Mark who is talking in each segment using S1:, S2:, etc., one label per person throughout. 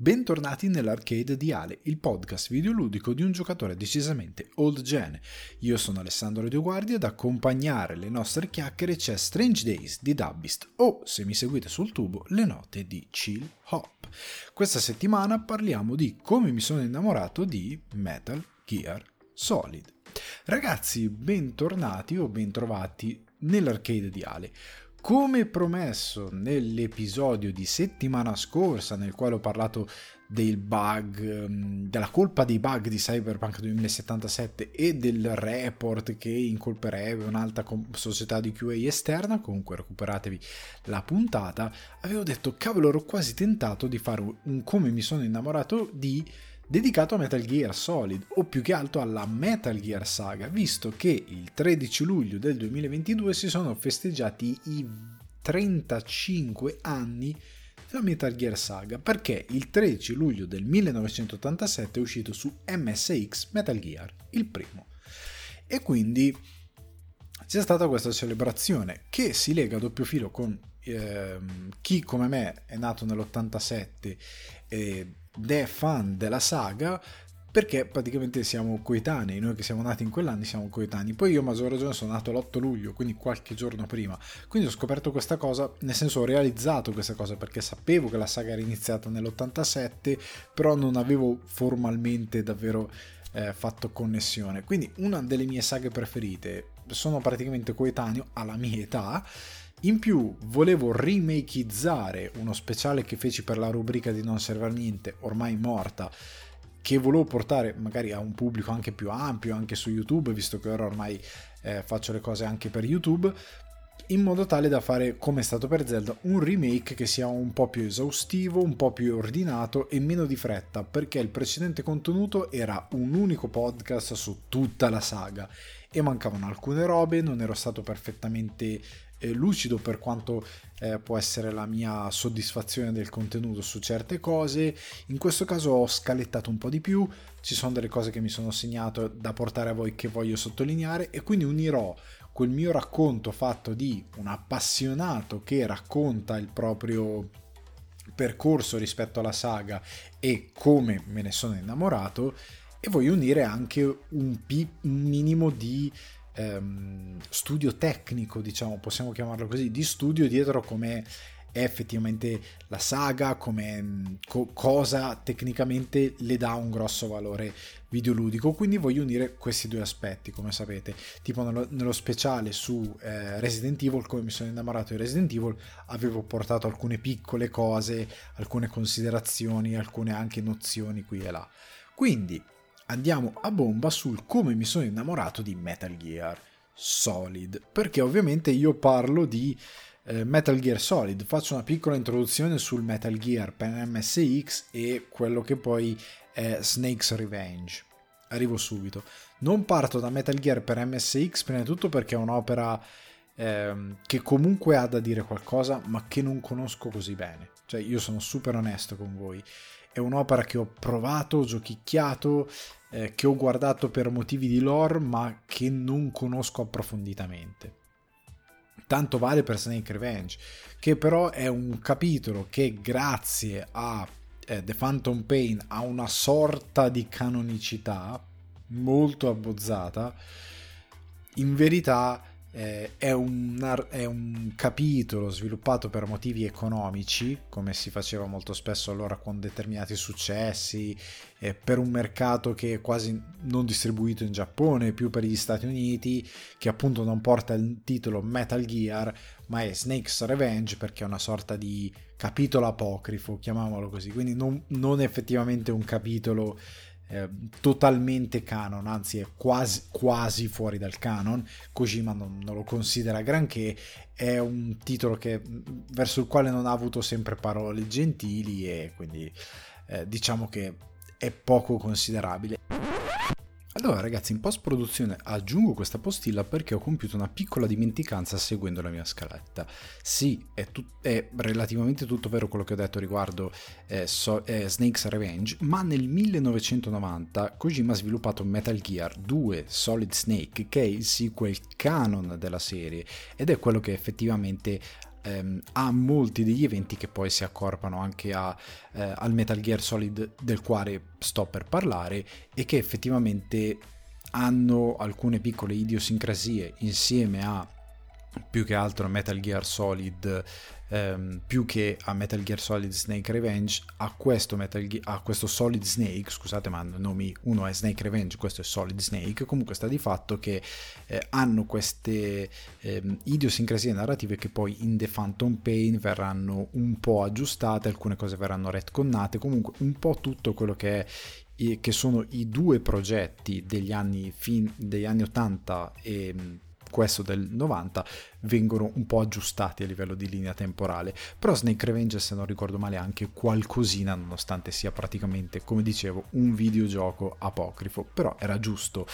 S1: Bentornati nell'Arcade di Ale, il podcast videoludico di un giocatore decisamente old gen. Io sono Alessandro Dioguardi ed accompagnare le nostre chiacchiere c'è Strange Days di Dubbist o, se mi seguite sul tubo, le note di Chill Hop. Questa settimana parliamo di come mi sono innamorato di Metal Gear Solid. Ragazzi, bentornati o bentrovati nell'Arcade di Ale. Come promesso nell'episodio di settimana scorsa, nel quale ho parlato del bug, della colpa dei bug di Cyberpunk 2077 e del report che incolperebbe un'altra società di QA esterna, comunque recuperatevi la puntata, avevo detto cavolo, ero quasi tentato di fare un come mi sono innamorato di dedicato a Metal Gear Solid, o più che altro alla Metal Gear Saga, visto che il 13 luglio del 2022 si sono festeggiati i 35 anni della Metal Gear Saga, perché il 13 luglio del 1987 è uscito su MSX Metal Gear, il primo. E quindi c'è stata questa celebrazione che si lega a doppio filo con chi come me è nato nell'87 ed è fan della saga, perché praticamente siamo coetanei, noi che siamo nati in quell'anno siamo coetanei. Poi io a maggior ragione sono nato l'8 luglio, quindi qualche giorno prima, quindi ho scoperto questa cosa, nel senso ho realizzato questa cosa perché sapevo che la saga era iniziata nell'87, però non avevo formalmente davvero fatto connessione. Quindi una delle mie saghe preferite, sono praticamente coetaneo alla mia età. In più volevo remakeizzare uno speciale che feci per la rubrica di Non Serve a Niente, ormai morta, che volevo portare magari a un pubblico anche più ampio, anche su YouTube, visto che ora ormai faccio le cose anche per YouTube, in modo tale da fare, come è stato per Zelda, un remake che sia un po' più esaustivo, un po' più ordinato e meno di fretta, perché il precedente contenuto era un unico podcast su tutta la saga e mancavano alcune robe, non ero stato perfettamente lucido per quanto può essere la mia soddisfazione del contenuto su certe cose. In questo caso ho scalettato un po' di più, ci sono delle cose che mi sono segnato da portare a voi che voglio sottolineare, e quindi unirò quel mio racconto fatto di un appassionato che racconta il proprio percorso rispetto alla saga e come me ne sono innamorato, e voglio unire anche un minimo di studio tecnico, diciamo, possiamo chiamarlo così, di studio dietro come è effettivamente la saga, come cosa tecnicamente le dà un grosso valore videoludico. Quindi voglio unire questi due aspetti, come sapete, tipo nello speciale su Resident Evil, come mi sono innamorato di Resident Evil, avevo portato alcune piccole cose, alcune considerazioni, alcune anche nozioni qui e là. Quindi andiamo a bomba sul come mi sono innamorato di Metal Gear Solid, perché ovviamente io parlo di Metal Gear Solid, faccio una piccola introduzione sul Metal Gear per MSX e quello che poi è Snake's Revenge. Arrivo subito. Non parto da Metal Gear per MSX prima di tutto perché è un'opera che comunque ha da dire qualcosa, ma che non conosco così bene. Cioè, io sono super onesto con voi. È un'opera che ho provato, giochicchiato, che ho guardato per motivi di lore, ma che non conosco approfonditamente. Tanto vale per Snake Revenge, che però è un capitolo che grazie a The Phantom Pain ha una sorta di canonicità molto abbozzata. In verità è un capitolo sviluppato per motivi economici, come si faceva molto spesso allora con determinati successi, per un mercato che è quasi non distribuito in Giappone, più per gli Stati Uniti, che appunto non porta il titolo Metal Gear, ma è Snake's Revenge perché è una sorta di capitolo apocrifo, chiamiamolo così, quindi non è effettivamente un capitolo totalmente canon, anzi è quasi fuori dal canon. Kojima non lo considera granché, è un titolo verso il quale non ha avuto sempre parole gentili e quindi diciamo che è poco considerabile. Allora ragazzi, in post produzione aggiungo questa postilla perché ho compiuto una piccola dimenticanza seguendo la mia scaletta. Sì, è relativamente tutto vero quello che ho detto riguardo Snake's Revenge, ma nel 1990 Kojima ha sviluppato Metal Gear 2 Solid Snake, che è il sequel canon della serie ed è quello che effettivamente ha molti degli eventi che poi si accorpano anche al Metal Gear Solid del quale sto per parlare, e che effettivamente hanno alcune piccole idiosincrasie insieme a, più che altro, Metal Gear Solid, più che a Metal Gear Solid Snake Revenge, a questo Solid Snake, scusate, ma nomi, uno è Snake Revenge, questo è Solid Snake. Comunque sta di fatto che hanno queste idiosincrasie narrative che poi in The Phantom Pain verranno un po' aggiustate, alcune cose verranno retconnate, comunque un po' tutto quello che sono i due progetti degli anni 80 e questo del 90 vengono un po' aggiustati a livello di linea temporale. Però Snake Revenge, se non ricordo male, anche qualcosina, nonostante sia praticamente, come dicevo, un videogioco apocrifo. Però era giusto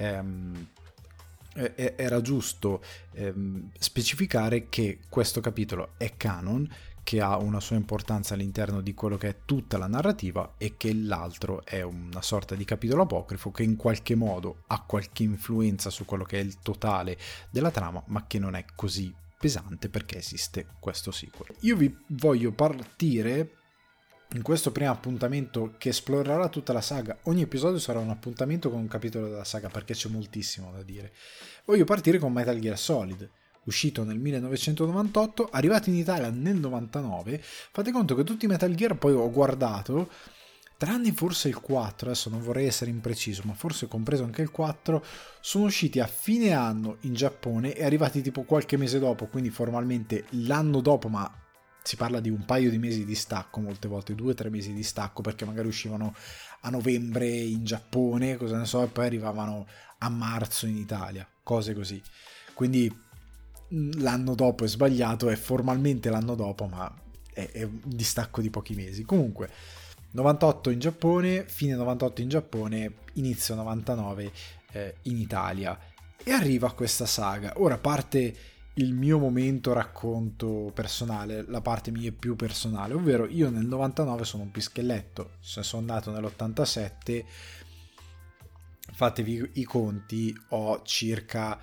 S1: specificare che questo capitolo è canon, che ha una sua importanza all'interno di quello che è tutta la narrativa, e che l'altro è una sorta di capitolo apocrifo che in qualche modo ha qualche influenza su quello che è il totale della trama, ma che non è così pesante perché esiste questo sequel. Io vi voglio partire in questo primo appuntamento che esplorerà tutta la saga. Ogni episodio sarà un appuntamento con un capitolo della saga, perché c'è moltissimo da dire. Voglio partire con Metal Gear Solid, uscito nel 1998, arrivato in Italia nel 99. Fate conto che tutti i Metal Gear poi ho guardato, tranne forse il 4, adesso non vorrei essere impreciso, ma forse compreso anche il 4, sono usciti a fine anno in Giappone e arrivati tipo qualche mese dopo, quindi formalmente l'anno dopo, ma si parla di un paio di mesi di stacco, molte volte 2 o 3 mesi di stacco, perché magari uscivano a novembre in Giappone, cosa ne so, e poi arrivavano a marzo in Italia, cose così. Quindi l'anno dopo è sbagliato, è formalmente l'anno dopo, ma è un distacco di pochi mesi. Comunque 98 in Giappone, fine 98 in Giappone, inizio 99 in Italia, e arriva questa saga. Ora parte il mio momento racconto personale, la parte mia più personale, ovvero io nel 99 sono un pischelletto, se sono nato nell'87, fatevi i conti, ho circa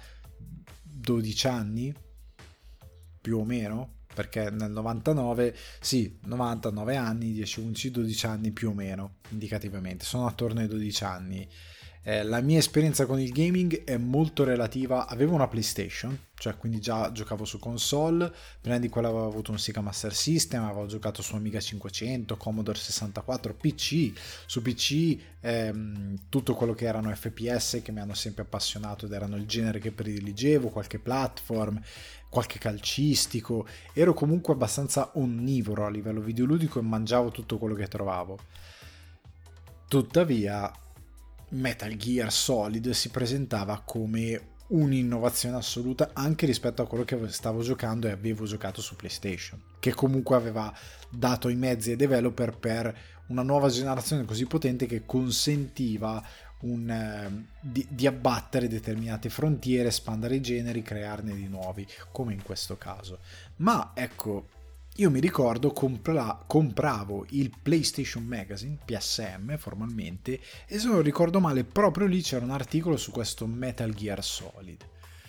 S1: 12 anni, più o meno, perché nel 99, sì, 99 anni, 10, 11, 12 anni più o meno, indicativamente, sono attorno ai 12 anni. La mia esperienza con il gaming è molto relativa. Avevo una PlayStation, cioè quindi già giocavo su console, prima di quella avevo avuto un Sega Master System, avevo giocato su Amiga 500, Commodore 64, PC, su PC tutto quello che erano FPS che mi hanno sempre appassionato ed erano il genere che prediligevo, qualche platform, qualche calcistico. Ero comunque abbastanza onnivoro a livello videoludico e mangiavo tutto quello che trovavo. Tuttavia Metal Gear Solid si presentava come un'innovazione assoluta anche rispetto a quello che stavo giocando e avevo giocato su PlayStation, che comunque aveva dato i mezzi ai developer per una nuova generazione così potente che consentiva di abbattere determinate frontiere, espandere i generi, crearne di nuovi, come in questo caso. Ma ecco, io mi ricordo compravo il PlayStation Magazine, PSM formalmente, e se non ricordo male proprio lì c'era un articolo su questo Metal Gear Solid,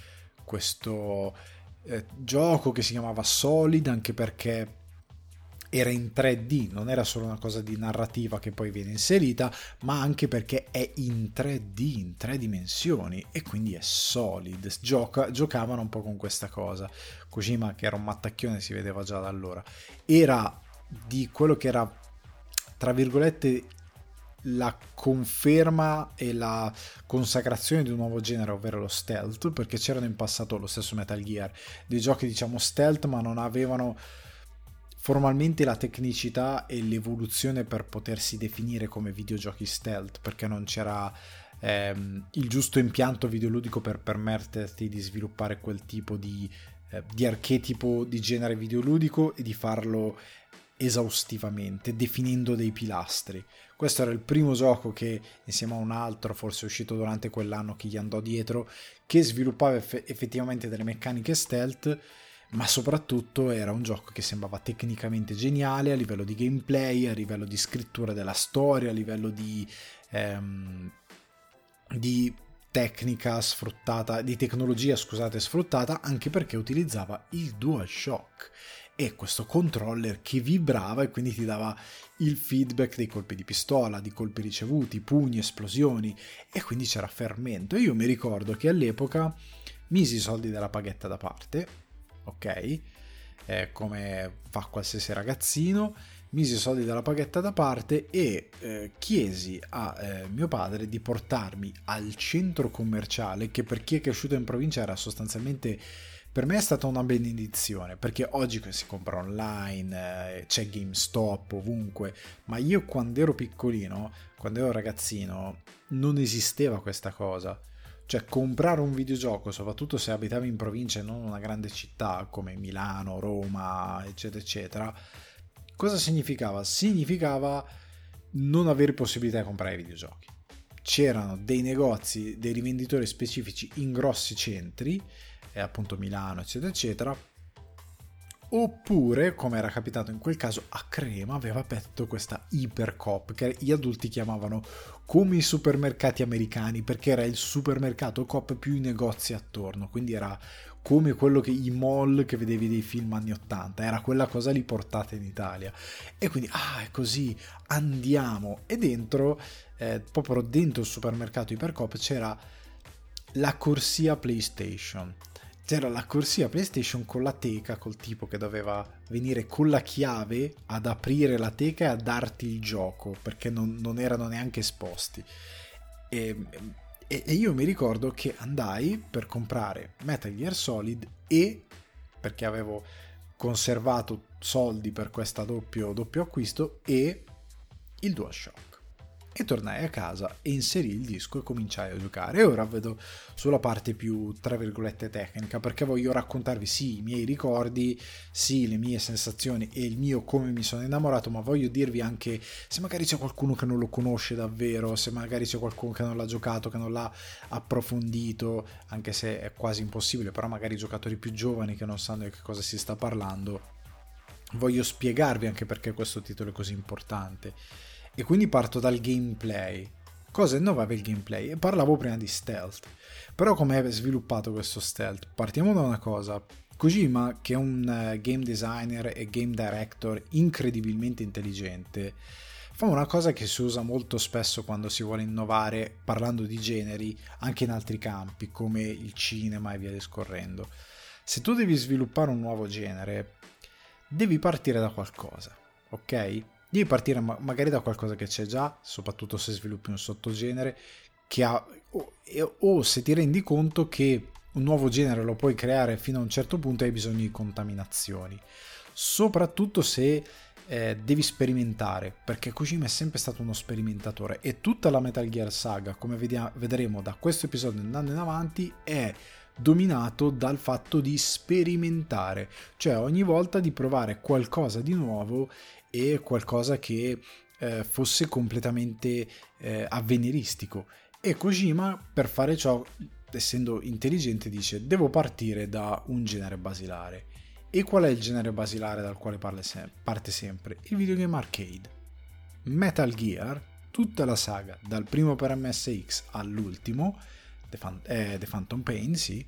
S1: questo gioco che si chiamava Solid anche perché era in 3D, non era solo una cosa di narrativa che poi viene inserita, ma anche perché è in 3D, in 3 dimensioni, e quindi è solid. Giocavano un po' con questa cosa. Kojima, che era un mattacchione, si vedeva già da allora. Era di quello che era, tra virgolette, la conferma e la consacrazione di un nuovo genere, ovvero lo stealth, perché c'erano in passato, lo stesso Metal Gear, dei giochi diciamo stealth, ma non avevano formalmente la tecnicità e l'evoluzione per potersi definire come videogiochi stealth, perché non c'era il giusto impianto videoludico per permetterti di sviluppare quel tipo di archetipo di genere videoludico e di farlo esaustivamente, definendo dei pilastri. Questo era il primo gioco che, insieme a un altro forse uscito durante quell'anno che gli andò dietro, che sviluppava effettivamente delle meccaniche stealth, ma soprattutto era un gioco che sembrava tecnicamente geniale a livello di gameplay, a livello di scrittura della storia, a livello di tecnica sfruttata, di tecnologia, scusate, sfruttata, anche perché utilizzava il DualShock e questo controller che vibrava e quindi ti dava il feedback dei colpi di pistola, di colpi ricevuti, pugni, esplosioni, e quindi c'era fermento. E io mi ricordo che all'epoca misi i soldi della paghetta da parte, ok? Come fa qualsiasi ragazzino, misi i soldi della paghetta da parte e chiesi a mio padre di portarmi al centro commerciale, che per chi è cresciuto in provincia era sostanzialmente, per me è stata una benedizione, perché oggi si compra online, c'è GameStop ovunque, ma io quando ero piccolino, quando ero ragazzino, non esisteva questa cosa. Cioè, comprare un videogioco, soprattutto se abitavi in provincia e non una grande città come Milano, Roma, eccetera, eccetera, cosa significava? Significava non avere possibilità di comprare videogiochi. C'erano dei negozi, dei rivenditori specifici in grossi centri, appunto Milano, eccetera, eccetera, oppure, come era capitato in quel caso, a Crema aveva aperto questa Ipercoop, che gli adulti chiamavano come i supermercati americani, perché era il supermercato Coop più i negozi attorno, quindi era come quello che i mall che vedevi dei film anni 80, era quella cosa lì portata in Italia. E quindi, è così, andiamo. E dentro, proprio dentro il supermercato Ipercoop c'era la corsia PlayStation. C'era la corsia PlayStation con la teca, col tipo che doveva venire con la chiave ad aprire la teca e a darti il gioco, perché non erano neanche esposti. E io mi ricordo che andai per comprare Metal Gear Solid e, perché avevo conservato soldi per questo doppio acquisto, e il DualShock. E tornai a casa e inserì il disco e cominciai a giocare. E ora vedo sulla parte più, tra virgolette, tecnica, perché voglio raccontarvi sì i miei ricordi, sì le mie sensazioni e il mio come mi sono innamorato, ma voglio dirvi anche se magari c'è qualcuno che non lo conosce davvero, se magari c'è qualcuno che non l'ha giocato, che non l'ha approfondito, anche se è quasi impossibile, però magari i giocatori più giovani che non sanno di che cosa si sta parlando, voglio spiegarvi anche perché questo titolo è così importante. E quindi parto dal gameplay. Cosa innovava il gameplay? E parlavo prima di stealth. Però come è sviluppato questo stealth? Partiamo da una cosa. Kojima, che è un game designer e game director incredibilmente intelligente, fa una cosa che si usa molto spesso quando si vuole innovare parlando di generi anche in altri campi come il cinema e via discorrendo. Se tu devi sviluppare un nuovo genere, devi partire da qualcosa, ok? Devi partire magari da qualcosa che c'è già, soprattutto se sviluppi un sottogenere, che ha, o se ti rendi conto che un nuovo genere lo puoi creare fino a un certo punto e hai bisogno di contaminazioni. Soprattutto se devi sperimentare, perché Kojima è sempre stato uno sperimentatore e tutta la Metal Gear saga, come vedremo da questo episodio andando in avanti, è dominato dal fatto di sperimentare, cioè ogni volta di provare qualcosa di nuovo e qualcosa che fosse completamente avveniristico. E Kojima, per fare ciò, essendo intelligente, dice: devo partire da un genere basilare. E qual è il genere basilare dal quale parte sempre? Il videogame arcade. Metal Gear, tutta la saga, dal primo per MSX all'ultimo, The Phantom Pain, sì,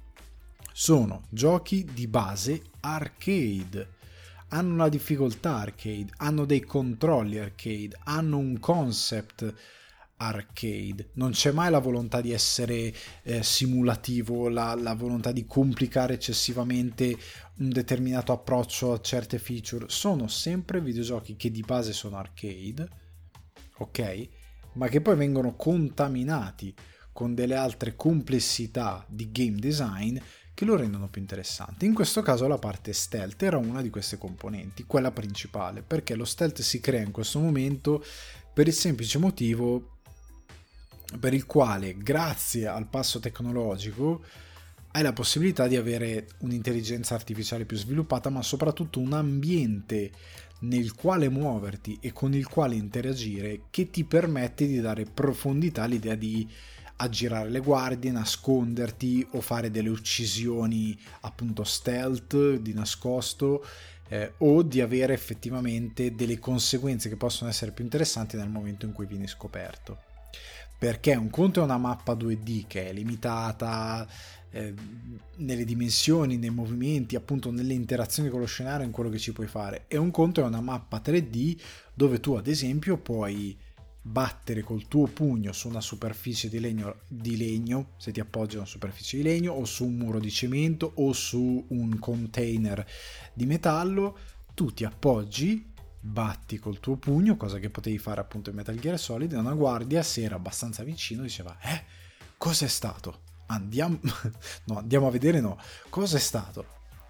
S1: sono giochi di base arcade. Hanno una difficoltà arcade, hanno dei controlli arcade, hanno un concept arcade, non c'è mai la volontà di essere simulativo, la volontà di complicare eccessivamente un determinato approccio a certe feature. Sono sempre videogiochi che di base sono arcade, ok? Ma che poi vengono contaminati con delle altre complessità di game design che lo rendono più interessante. In questo caso la parte stealth era una di queste componenti, quella principale, perché lo stealth si crea in questo momento per il semplice motivo per il quale, grazie al passo tecnologico, hai la possibilità di avere un'intelligenza artificiale più sviluppata, ma soprattutto un ambiente nel quale muoverti e con il quale interagire che ti permette di dare profondità all'idea di aggirare le guardie, nasconderti o fare delle uccisioni appunto stealth, di nascosto, o di avere effettivamente delle conseguenze che possono essere più interessanti nel momento in cui vieni scoperto. perché un conto è una mappa 2D che è limitata nelle dimensioni, nei movimenti, appunto nelle interazioni con lo scenario, in quello che ci puoi fare, e un conto è una mappa 3D dove tu ad esempio puoi battere col tuo pugno su una superficie di legno, se ti appoggi a una superficie di legno, o su un muro di cemento, o su un container di metallo. Tu ti appoggi, batti col tuo pugno, cosa che potevi fare appunto in Metal Gear Solid, e una guardia, se era abbastanza vicino, diceva cos'è stato? Andiamo no, andiamo a vedere, no, cosa è stato?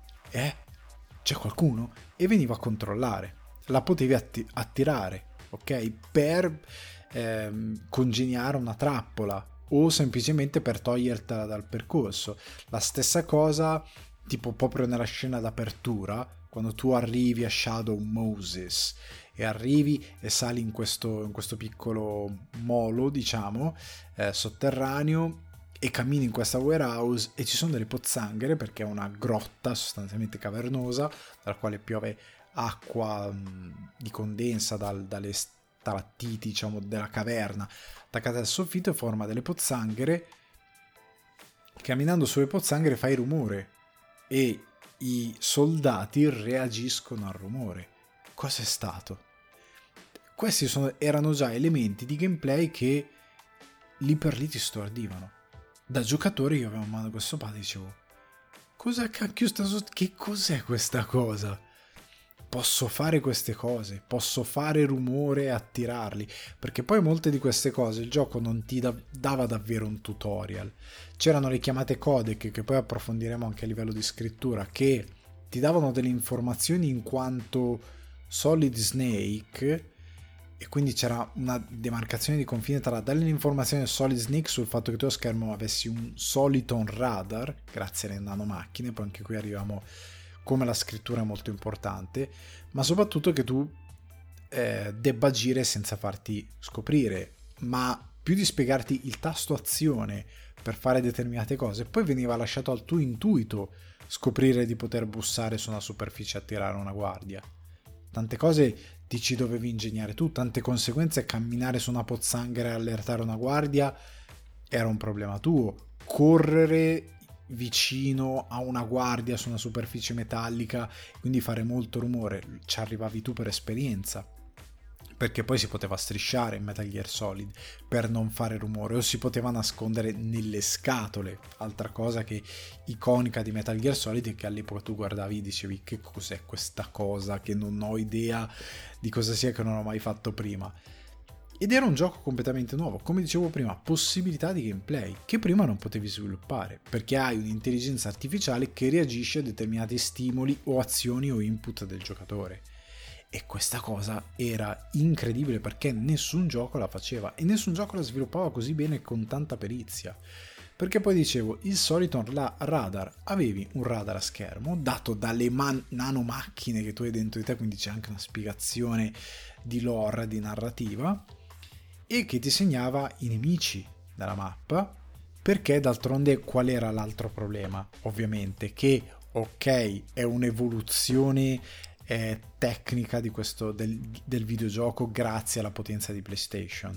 S1: C'è qualcuno? E veniva a controllare, la potevi attirare, ok, per congegnare una trappola o semplicemente per togliertela dal percorso. La stessa cosa tipo proprio nella scena d'apertura, quando tu arrivi a Shadow Moses e arrivi e sali in questo piccolo molo, diciamo, sotterraneo, e cammini in questa warehouse e ci sono delle pozzanghere, perché è una grotta sostanzialmente cavernosa dalla quale piove acqua di condensa dalle stalattiti, diciamo, della caverna attaccate al soffitto, e forma delle pozzanghere. Camminando sulle pozzanghere fai rumore e i soldati reagiscono al rumore. Cos'è stato? Questi erano già elementi di gameplay che lì per lì ti stordivano. Da giocatore io avevo in mano questo pad e dicevo: cosa cacchio che cos'è questa cosa? Posso fare queste cose, posso fare rumore e attirarli, perché poi molte di queste cose il gioco non ti dava davvero un tutorial. C'erano le chiamate codec, che poi approfondiremo anche a livello di scrittura, che ti davano delle informazioni in quanto Solid Snake, e quindi c'era una demarcazione di confine tra dare l'informazione Solid Snake sul fatto che tu a schermo avessi un Soliton radar grazie alle nanomacchine. Poi anche qui arriviamo come la scrittura è molto importante, ma soprattutto che tu debba agire senza farti scoprire, ma più di spiegarti il tasto azione per fare determinate cose, poi veniva lasciato al tuo intuito scoprire di poter bussare su una superficie e attirare una guardia. Tante cose ti ci dovevi ingegnare tu, tante conseguenze. Camminare su una pozzanghera e allertare una guardia era un problema tuo, correre vicino a una guardia su una superficie metallica, quindi fare molto rumore, ci arrivavi tu per esperienza, perché poi si poteva strisciare in Metal Gear Solid per non fare rumore, o si poteva nascondere nelle scatole, altra cosa che iconica di Metal Gear Solid, è che all'epoca tu guardavi e dicevi: che cos'è questa cosa, che non ho idea di cosa sia, che non ho mai fatto prima. Ed era un gioco completamente nuovo, come dicevo prima, possibilità di gameplay che prima non potevi sviluppare, perché hai un'intelligenza artificiale che reagisce a determinati stimoli o azioni o input del giocatore. E questa cosa era incredibile, perché nessun gioco la faceva e nessun gioco la sviluppava così bene con tanta perizia. Perché poi dicevo, il solito radar, avevi un radar a schermo dato dalle nanomacchine che tu hai dentro di te, quindi c'è anche una spiegazione di lore, di narrativa, e che ti segnava i nemici della mappa, perché d'altronde qual era l'altro problema? Ovviamente che, ok, è un'evoluzione tecnica di questo del videogioco grazie alla potenza di PlayStation,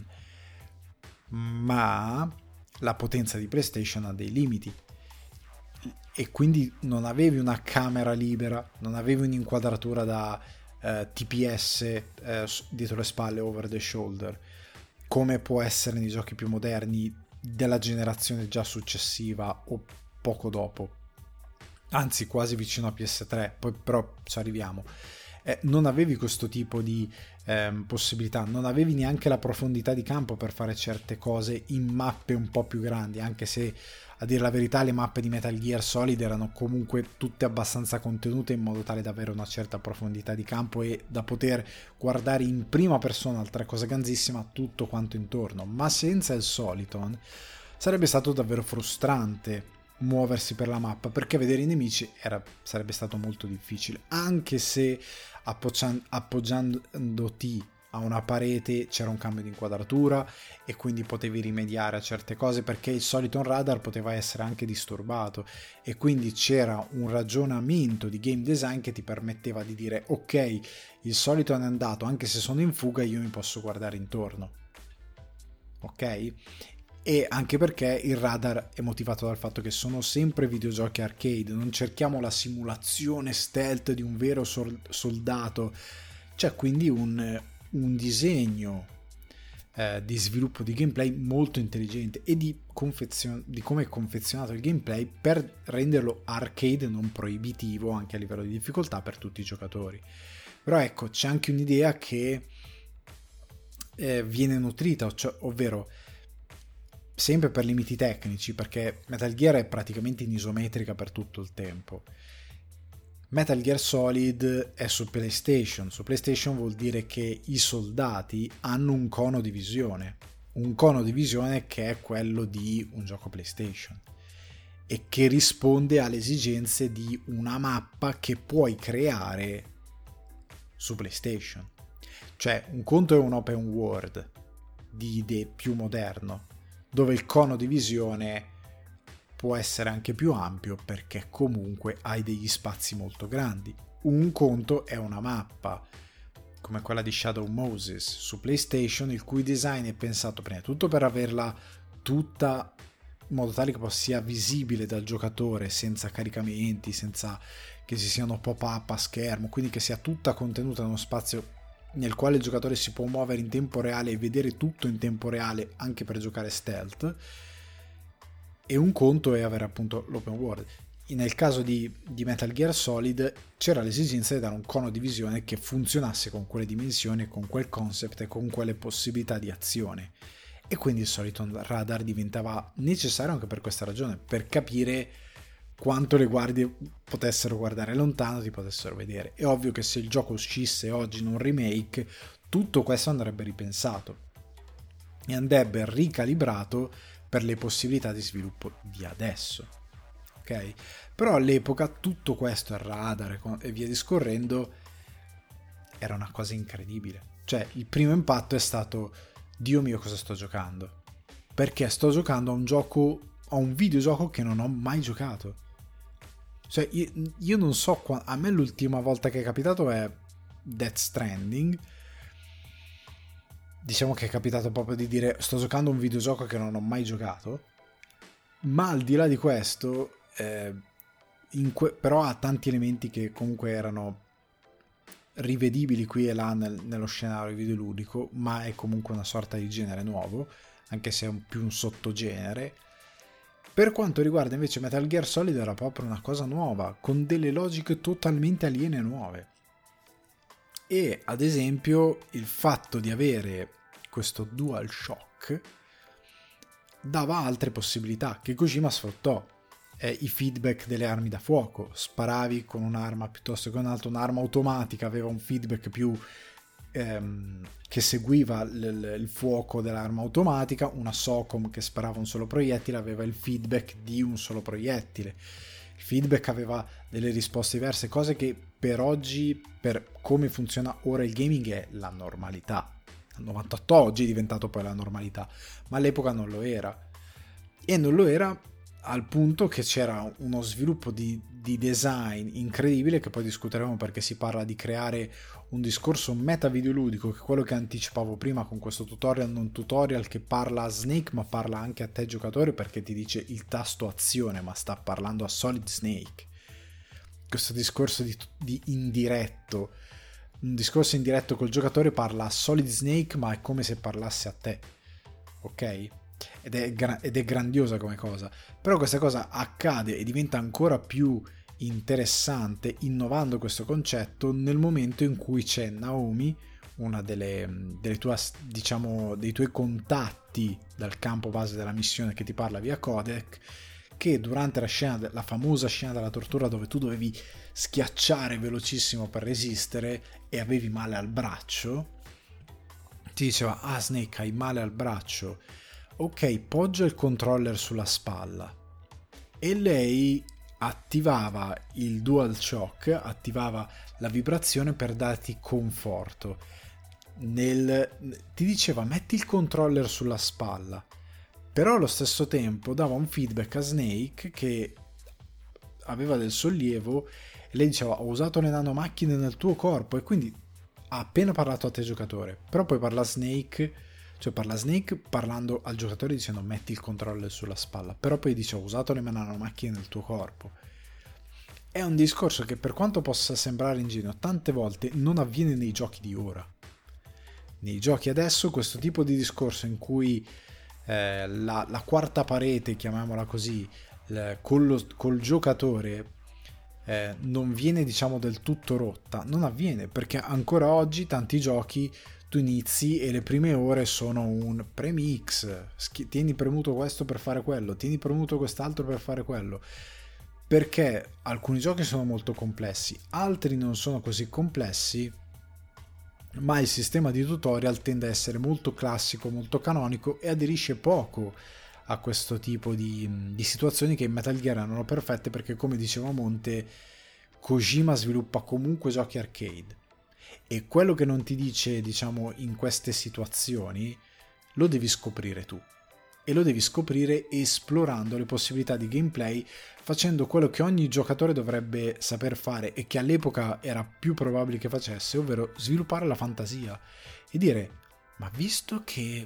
S1: ma la potenza di PlayStation ha dei limiti, e quindi non avevi una camera libera, non avevi un'inquadratura da TPS dietro le spalle, over the shoulder, come può essere nei giochi più moderni della generazione già successiva o poco dopo, anzi quasi vicino a PS3, poi però ci arriviamo. Non avevi questo tipo di possibilità, non avevi neanche la profondità di campo per fare certe cose in mappe un po' più grandi, anche se a dire la verità le mappe di Metal Gear Solid erano comunque tutte abbastanza contenute in modo tale da avere una certa profondità di campo e da poter guardare in prima persona, altra cosa ganzissima, tutto quanto intorno. Ma senza il Soliton sarebbe stato davvero frustrante muoversi per la mappa, perché vedere i nemici sarebbe stato molto difficile, anche se appoggiandoti a una parete c'era un cambio di inquadratura e quindi potevi rimediare a certe cose, perché il solito radar poteva essere anche disturbato, e quindi c'era un ragionamento di game design che ti permetteva di dire: ok, il solito è andato, anche se sono in fuga io mi posso guardare intorno. ok? E anche perché il radar è motivato dal fatto che sono sempre videogiochi arcade, non cerchiamo la simulazione stealth di un vero soldato, c'è quindi un disegno di sviluppo di gameplay molto intelligente e di come è confezionato il gameplay per renderlo arcade e non proibitivo anche a livello di difficoltà per tutti i giocatori. Però ecco, c'è anche un'idea che viene nutrita, ovvero sempre per limiti tecnici, perché Metal Gear è praticamente in isometrica per tutto il tempo. Metal Gear Solid è su PlayStation. Su PlayStation vuol dire che i soldati hanno un cono di visione che è quello di un gioco PlayStation e che risponde alle esigenze di una mappa che puoi creare su PlayStation. Cioè, un conto è un open world di idee più moderno, dove il cono di visione può essere anche più ampio perché comunque hai degli spazi molto grandi. Un conto è una mappa come quella di Shadow Moses su PlayStation, il cui design è pensato prima di tutto per averla tutta in modo tale che sia visibile dal giocatore senza caricamenti, senza che ci siano pop-up a schermo, quindi che sia tutta contenuta in uno spazio nel quale il giocatore si può muovere in tempo reale e vedere tutto in tempo reale anche per giocare stealth. E un conto è avere appunto l'open world. Nel caso di Metal Gear Solid c'era l'esigenza di dare un cono di visione che funzionasse con quelle dimensioni, con quel concept e con quelle possibilità di azione, e quindi il solito radar diventava necessario anche per questa ragione, per capire quanto le guardie potessero guardare lontano, ti potessero vedere. È ovvio che se il gioco uscisse oggi in un remake, tutto questo andrebbe ripensato e andrebbe ricalibrato per le possibilità di sviluppo di adesso, ok? Però all'epoca tutto questo, il radar e via discorrendo, era una cosa incredibile. Cioè, il primo impatto è stato: Dio mio, cosa sto giocando? Perché sto giocando a un videogioco che non ho mai giocato. Cioè, io non so, a me l'ultima volta che è capitato è Death Stranding. Diciamo che è capitato proprio di dire sto giocando a un videogioco che non ho mai giocato, ma al di là di questo però ha tanti elementi che comunque erano rivedibili qui e là nello scenario videoludico, ma è comunque una sorta di genere nuovo, anche se è più un sottogenere. Per quanto riguarda invece Metal Gear Solid, era proprio una cosa nuova, con delle logiche totalmente aliene e nuove. E ad esempio il fatto di avere questo DualShock dava altre possibilità che Kojima sfruttò. I feedback delle armi da fuoco, sparavi con un'arma piuttosto che un'altra, un'arma automatica aveva un feedback più che seguiva il fuoco dell'arma automatica, una SOCOM che sparava un solo proiettile aveva il feedback di un solo proiettile. Il feedback aveva delle risposte diverse, cose che per oggi, per come funziona ora il gaming, è la normalità. Al 98 oggi è diventato poi la normalità, ma all'epoca non lo era. E non lo era al punto che c'era uno sviluppo di design incredibile, che poi discuteremo perché si parla di creare un discorso meta videoludico, che è quello che anticipavo prima con questo tutorial non tutorial, che parla a Snake ma parla anche a te giocatore, perché ti dice il tasto azione ma sta parlando a Solid Snake. Questo discorso di indiretto, un discorso indiretto col giocatore, parla a Solid Snake ma è come se parlasse a te, ok? Ed è grandiosa come cosa. Però questa cosa accade e diventa ancora più interessante, innovando questo concetto, nel momento in cui c'è Naomi, una delle tue, diciamo, dei tuoi contatti dal campo base della missione, che ti parla via codec, che durante la famosa scena della tortura, dove tu dovevi schiacciare velocissimo per resistere e avevi male al braccio, ti diceva: ah Snake, hai male al braccio, ok, poggia il controller sulla spalla. E lei attivava il DualShock, attivava la vibrazione per darti conforto. Ti diceva metti il controller sulla spalla, però allo stesso tempo dava un feedback a Snake che aveva del sollievo, e lei diceva: ho usato le nanomacchine nel tuo corpo, e quindi ha appena parlato a te giocatore, però poi parla a Snake Cioè parla Snake parlando al giocatore dicendo metti il controller sulla spalla, però poi dice ho usato le nanomacchine nel tuo corpo. È un discorso che, per quanto possa sembrare ingenuo, tante volte non avviene nei giochi di ora. Nei giochi adesso questo tipo di discorso in cui la quarta parete, chiamiamola così, col giocatore non viene, diciamo, del tutto rotta, non avviene, perché ancora oggi tanti giochi tu inizi e le prime ore sono un premix, tieni premuto questo per fare quello, tieni premuto quest'altro per fare quello, perché alcuni giochi sono molto complessi, altri non sono così complessi, ma il sistema di tutorial tende a essere molto classico, molto canonico e aderisce poco a questo tipo di situazioni che in Metal Gear erano perfette, perché come diceva Monte, Kojima sviluppa comunque giochi arcade e quello che non ti dice, diciamo, in queste situazioni lo devi scoprire tu, e lo devi scoprire esplorando le possibilità di gameplay, facendo quello che ogni giocatore dovrebbe saper fare e che all'epoca era più probabile che facesse, ovvero sviluppare la fantasia e dire: ma visto che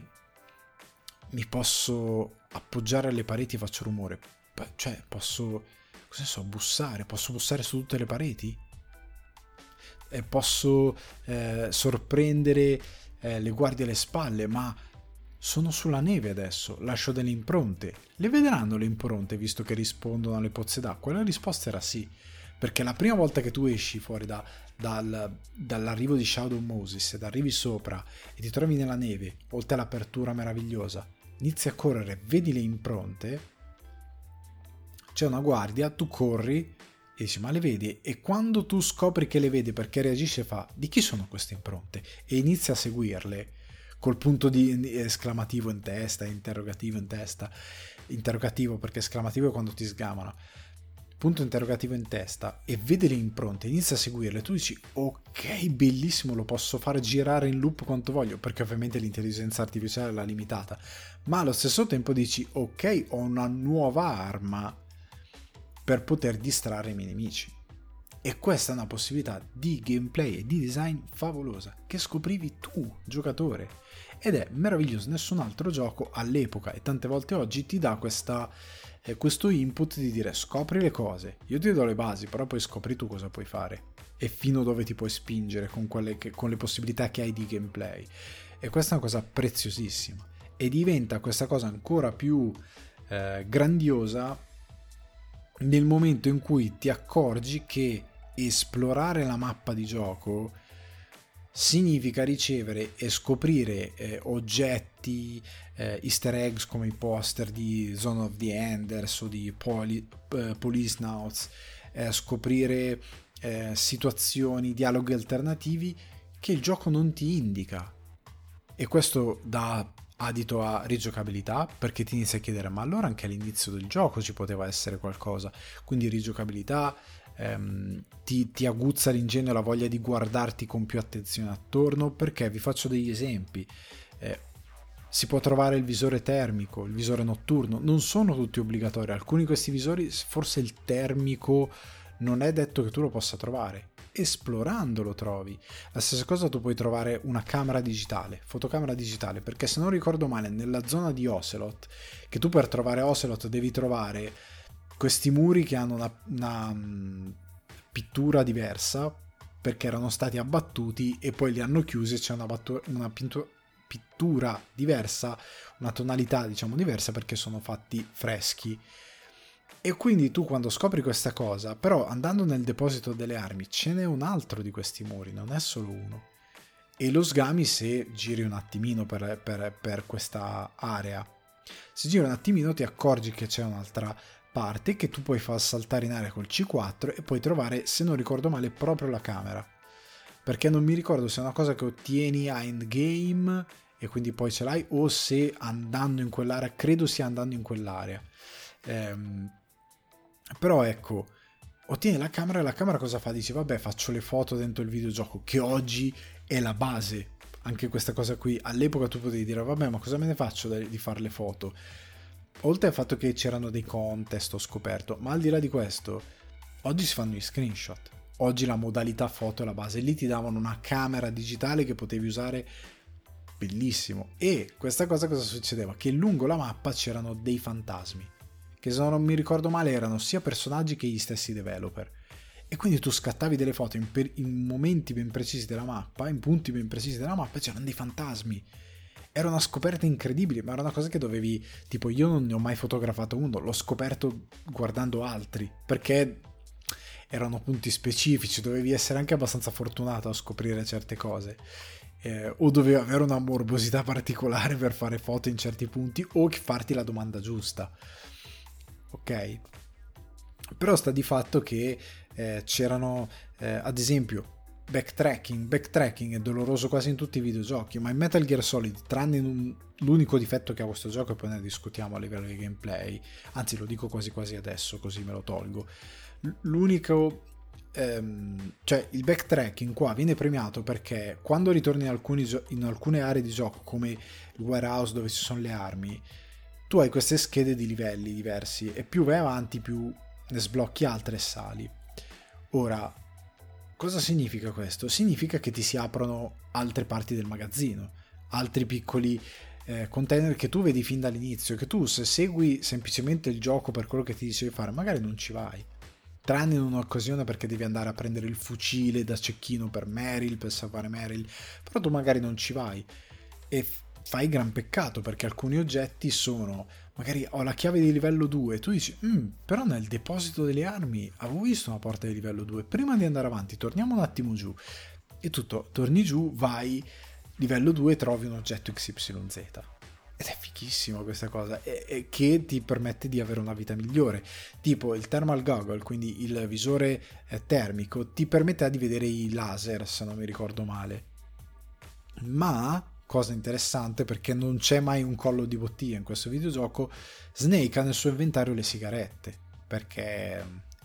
S1: mi posso appoggiare alle pareti e faccio rumore, cioè posso, cosa so, posso bussare su tutte le pareti? E posso sorprendere le guardie alle spalle, ma sono sulla neve adesso, lascio delle impronte. Le vedranno le impronte visto che rispondono alle pozze d'acqua? La risposta era sì, perché la prima volta che tu esci fuori dall'arrivo di Shadow Moses ed arrivi sopra e ti trovi nella neve, oltre all'apertura meravigliosa, inizi a correre, vedi le impronte, c'è una guardia, tu corri e dici: ma le vedi? E quando tu scopri che le vedi, perché reagisce, fa: di chi sono queste impronte? E inizia a seguirle col punto di esclamativo in testa, interrogativo in testa, interrogativo perché esclamativo è quando ti sgamano, punto interrogativo in testa, e vede le impronte, inizia a seguirle, tu dici: ok, bellissimo, lo posso fare girare in loop quanto voglio, perché ovviamente l'intelligenza artificiale l'ha limitata, ma allo stesso tempo dici: ok, ho una nuova arma per poter distrarre i miei nemici. E questa è una possibilità di gameplay e di design favolosa che scoprivi tu, giocatore, ed è meraviglioso. Nessun altro gioco all'epoca e tante volte oggi ti dà questo input di dire: scopri le cose, io ti do le basi, però poi scopri tu cosa puoi fare e fino dove ti puoi spingere con le possibilità che hai di gameplay. E questa è una cosa preziosissima, e diventa questa cosa ancora più grandiosa nel momento in cui ti accorgi che esplorare la mappa di gioco significa ricevere e scoprire oggetti, easter eggs come i poster di Zone of the Enders o di Policenauts, scoprire situazioni, dialoghi alternativi che il gioco non ti indica, e questo dà adito a rigiocabilità, perché ti inizi a chiedere: ma allora anche all'inizio del gioco ci poteva essere qualcosa, quindi rigiocabilità, ti aguzza l'ingegno e la voglia di guardarti con più attenzione attorno, perché vi faccio degli esempi. Si può trovare il visore termico, il visore notturno, non sono tutti obbligatori, alcuni di questi visori, forse il termico non è detto che tu lo possa trovare, esplorando lo trovi. La stessa cosa tu puoi trovare una camera digitale, fotocamera digitale, perché se non ricordo male nella zona di Ocelot, che tu per trovare Ocelot devi trovare questi muri che hanno una pittura diversa perché erano stati abbattuti e poi li hanno chiusi e c'è una pittura diversa, una tonalità diciamo diversa, perché sono fatti freschi. E quindi tu quando scopri questa cosa, però andando nel deposito delle armi ce n'è un altro di questi muri, non è solo uno, e lo sgami se giri un attimino per questa area. Se giri un attimino ti accorgi che c'è un'altra parte che tu puoi far saltare in aria col C4 e puoi trovare, se non ricordo male, proprio la camera, perché non mi ricordo se è una cosa che ottieni a endgame e quindi poi ce l'hai, o se andando in quell'area, credo sia andando in quell'area. Però ecco, ottieni la camera e la camera cosa fa? Dici: vabbè, faccio le foto dentro il videogioco, che oggi è la base. Anche questa cosa qui, all'epoca tu potevi dire: vabbè, ma cosa me ne faccio di fare le foto? Oltre al fatto che c'erano dei contest, ho scoperto, ma al di là di questo, oggi si fanno gli screenshot. Oggi la modalità foto è la base. Lì ti davano una camera digitale che potevi usare bellissimo. E questa cosa cosa succedeva? Che lungo la mappa c'erano dei fantasmi, che se non mi ricordo male erano sia personaggi che gli stessi developer. E quindi tu scattavi delle foto in momenti ben precisi della mappa, in punti ben precisi della mappa, e c'erano dei fantasmi. Era una scoperta incredibile, ma era una cosa che dovevi... Tipo, io non ne ho mai fotografato uno, l'ho scoperto guardando altri, perché erano punti specifici, dovevi essere anche abbastanza fortunato a scoprire certe cose. O dovevi avere una morbosità particolare per fare foto in certi punti, o farti la domanda giusta. Ok? Però sta di fatto che c'erano, ad esempio, backtracking è doloroso quasi in tutti i videogiochi, ma in Metal Gear Solid, tranne l'unico difetto che ha questo gioco, e poi ne discutiamo a livello di gameplay, anzi lo dico quasi quasi adesso così me lo tolgo, l'unico cioè il backtracking qua viene premiato perché quando ritorni in alcune aree di gioco come il warehouse dove ci sono le armi, tu hai queste schede di livelli diversi e più vai avanti più ne sblocchi altre e sali. Ora, cosa significa questo? Significa che ti si aprono altre parti del magazzino, altri piccoli container che tu vedi fin dall'inizio, che tu se segui semplicemente il gioco per quello che ti dice di fare, magari non ci vai. Tranne in un'occasione perché devi andare a prendere il fucile da cecchino per Meryl, per salvare Meryl, però tu magari non ci vai e fai gran peccato perché alcuni oggetti sono, magari ho la chiave di livello 2, tu dici però nel deposito delle armi avevo visto una porta di livello 2, prima di andare avanti torniamo un attimo giù, e tutto, torni giù, vai livello 2 e trovi un oggetto XYZ. Ed è fighissimo questa cosa, e che ti permette di avere una vita migliore. Tipo il thermal goggle, quindi il visore termico, ti permette di vedere i laser, se non mi ricordo male. Ma, cosa interessante, perché non c'è mai un collo di bottiglia in questo videogioco, Snake ha nel suo inventario le sigarette, perché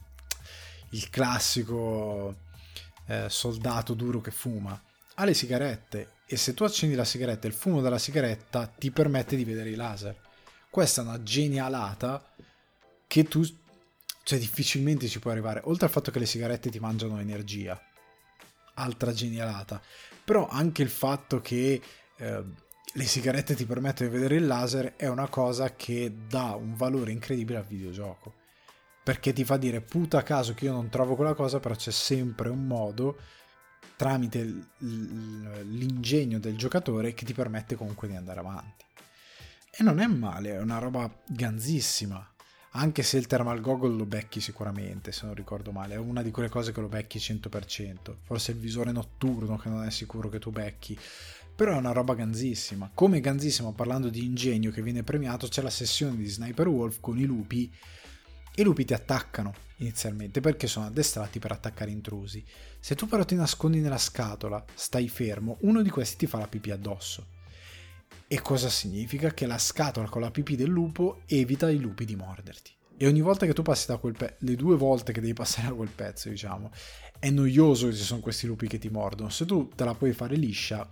S1: il classico soldato duro che fuma ha le sigarette, e se tu accendi la sigaretta, il fumo della sigaretta ti permette di vedere i laser. Questa è una genialata che tu, cioè, difficilmente ci puoi arrivare, oltre al fatto che le sigarette ti mangiano energia, altra genialata, però anche il fatto che le sigarette ti permettono di vedere il laser è una cosa che dà un valore incredibile al videogioco, perché ti fa dire puta caso che io non trovo quella cosa, però c'è sempre un modo tramite l'ingegno del giocatore che ti permette comunque di andare avanti. E non è male, è una roba ganzissima, anche se il thermal goggle lo becchi sicuramente, se non ricordo male, è una di quelle cose che lo becchi 100%, forse il visore notturno che non è sicuro che tu becchi, però è una roba ganzissima. Come ganzissima, parlando di ingegno che viene premiato, c'è la sessione di Sniper Wolf con i lupi. I lupi ti attaccano inizialmente perché sono addestrati per attaccare intrusi. Se tu però ti nascondi nella scatola, stai fermo, uno di questi ti fa la pipì addosso. E cosa significa? Che la scatola con la pipì del lupo evita ai lupi di morderti. E ogni volta che tu passi da quel le 2 volte che devi passare da quel pezzo, diciamo, è noioso che ci sono questi lupi che ti mordono. Se tu te la puoi fare liscia,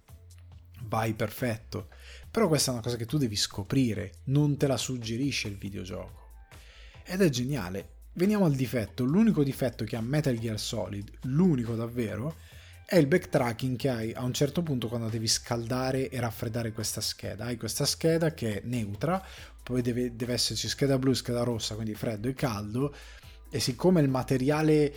S1: vai perfetto. Però questa è una cosa che tu devi scoprire, non te la suggerisce il videogioco. Ed è geniale. Veniamo al difetto. L'unico difetto che ha Metal Gear Solid, l'unico davvero, è il backtracking che hai a un certo punto quando devi scaldare e raffreddare questa scheda. Hai questa scheda che è neutra, poi deve esserci scheda blu e scheda rossa, quindi freddo e caldo, e siccome il materiale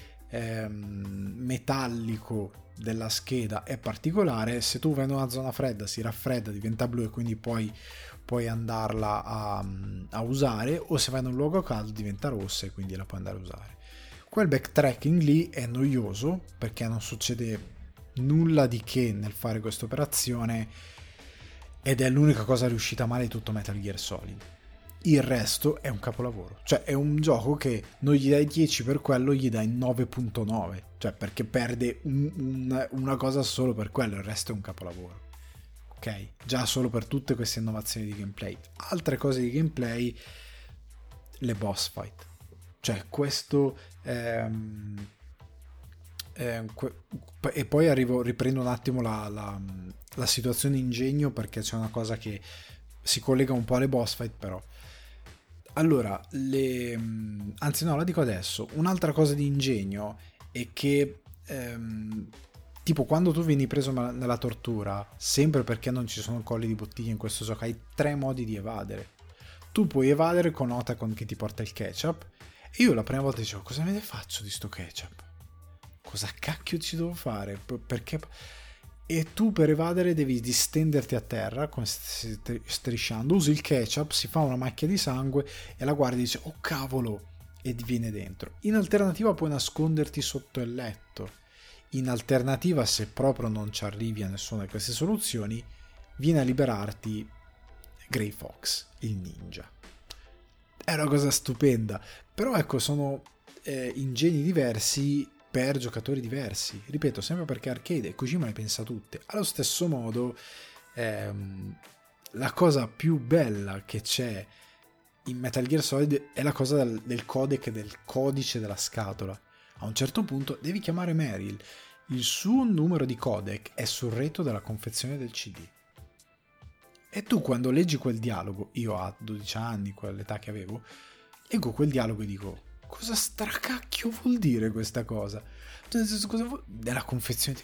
S1: metallico della scheda è particolare, se tu vai in una zona fredda si raffredda, diventa blu e quindi puoi andarla a usare, o se vai in un luogo caldo diventa rossa e quindi la puoi andare a usare. Quel backtracking lì è noioso perché non succede nulla di che nel fare questa operazione ed è l'unica cosa riuscita male di tutto Metal Gear Solid. Il resto è un capolavoro, cioè è un gioco che non gli dai 10 per quello, gli dai 9.9, cioè perché perde una cosa solo per quello, il resto è un capolavoro. Ok, già solo per tutte queste innovazioni di gameplay. Altre cose di gameplay, le boss fight, cioè questo e poi riprendo un attimo la situazione ingegno, perché c'è una cosa che si collega un po' alle boss fight, però allora anzi no, la dico adesso. Un'altra cosa di ingegno è che Tipo quando tu vieni preso nella tortura, sempre perché non ci sono colli di bottiglia in questo gioco, hai 3 modi di evadere. Tu puoi evadere con Otacon che ti porta il ketchup, e io la prima volta dicevo, cosa me ne faccio di sto ketchup? Cosa cacchio ci devo fare? Perché... E tu per evadere devi distenderti a terra, come strisciando, usi il ketchup, si fa una macchia di sangue e la guardia dice, oh cavolo, e viene dentro. In alternativa puoi nasconderti sotto il letto. In alternativa, se proprio non ci arrivi a nessuna di queste soluzioni, viene a liberarti Grey Fox, il ninja. È una cosa stupenda, però ecco, sono ingegni diversi per giocatori diversi. Ripeto, sempre perché arcade e Kojima le pensa tutte. Allo stesso modo, la cosa più bella che c'è in Metal Gear Solid è la cosa del codec, del codice della scatola. A un certo punto devi chiamare Meryl. Il suo numero di codec è sul retro della confezione del CD. E tu quando leggi quel dialogo, io a 12 anni, quell'età che avevo, leggo quel dialogo e dico, cosa stracacchio vuol dire questa cosa? Nel senso, cosa vuol... Nella confezione...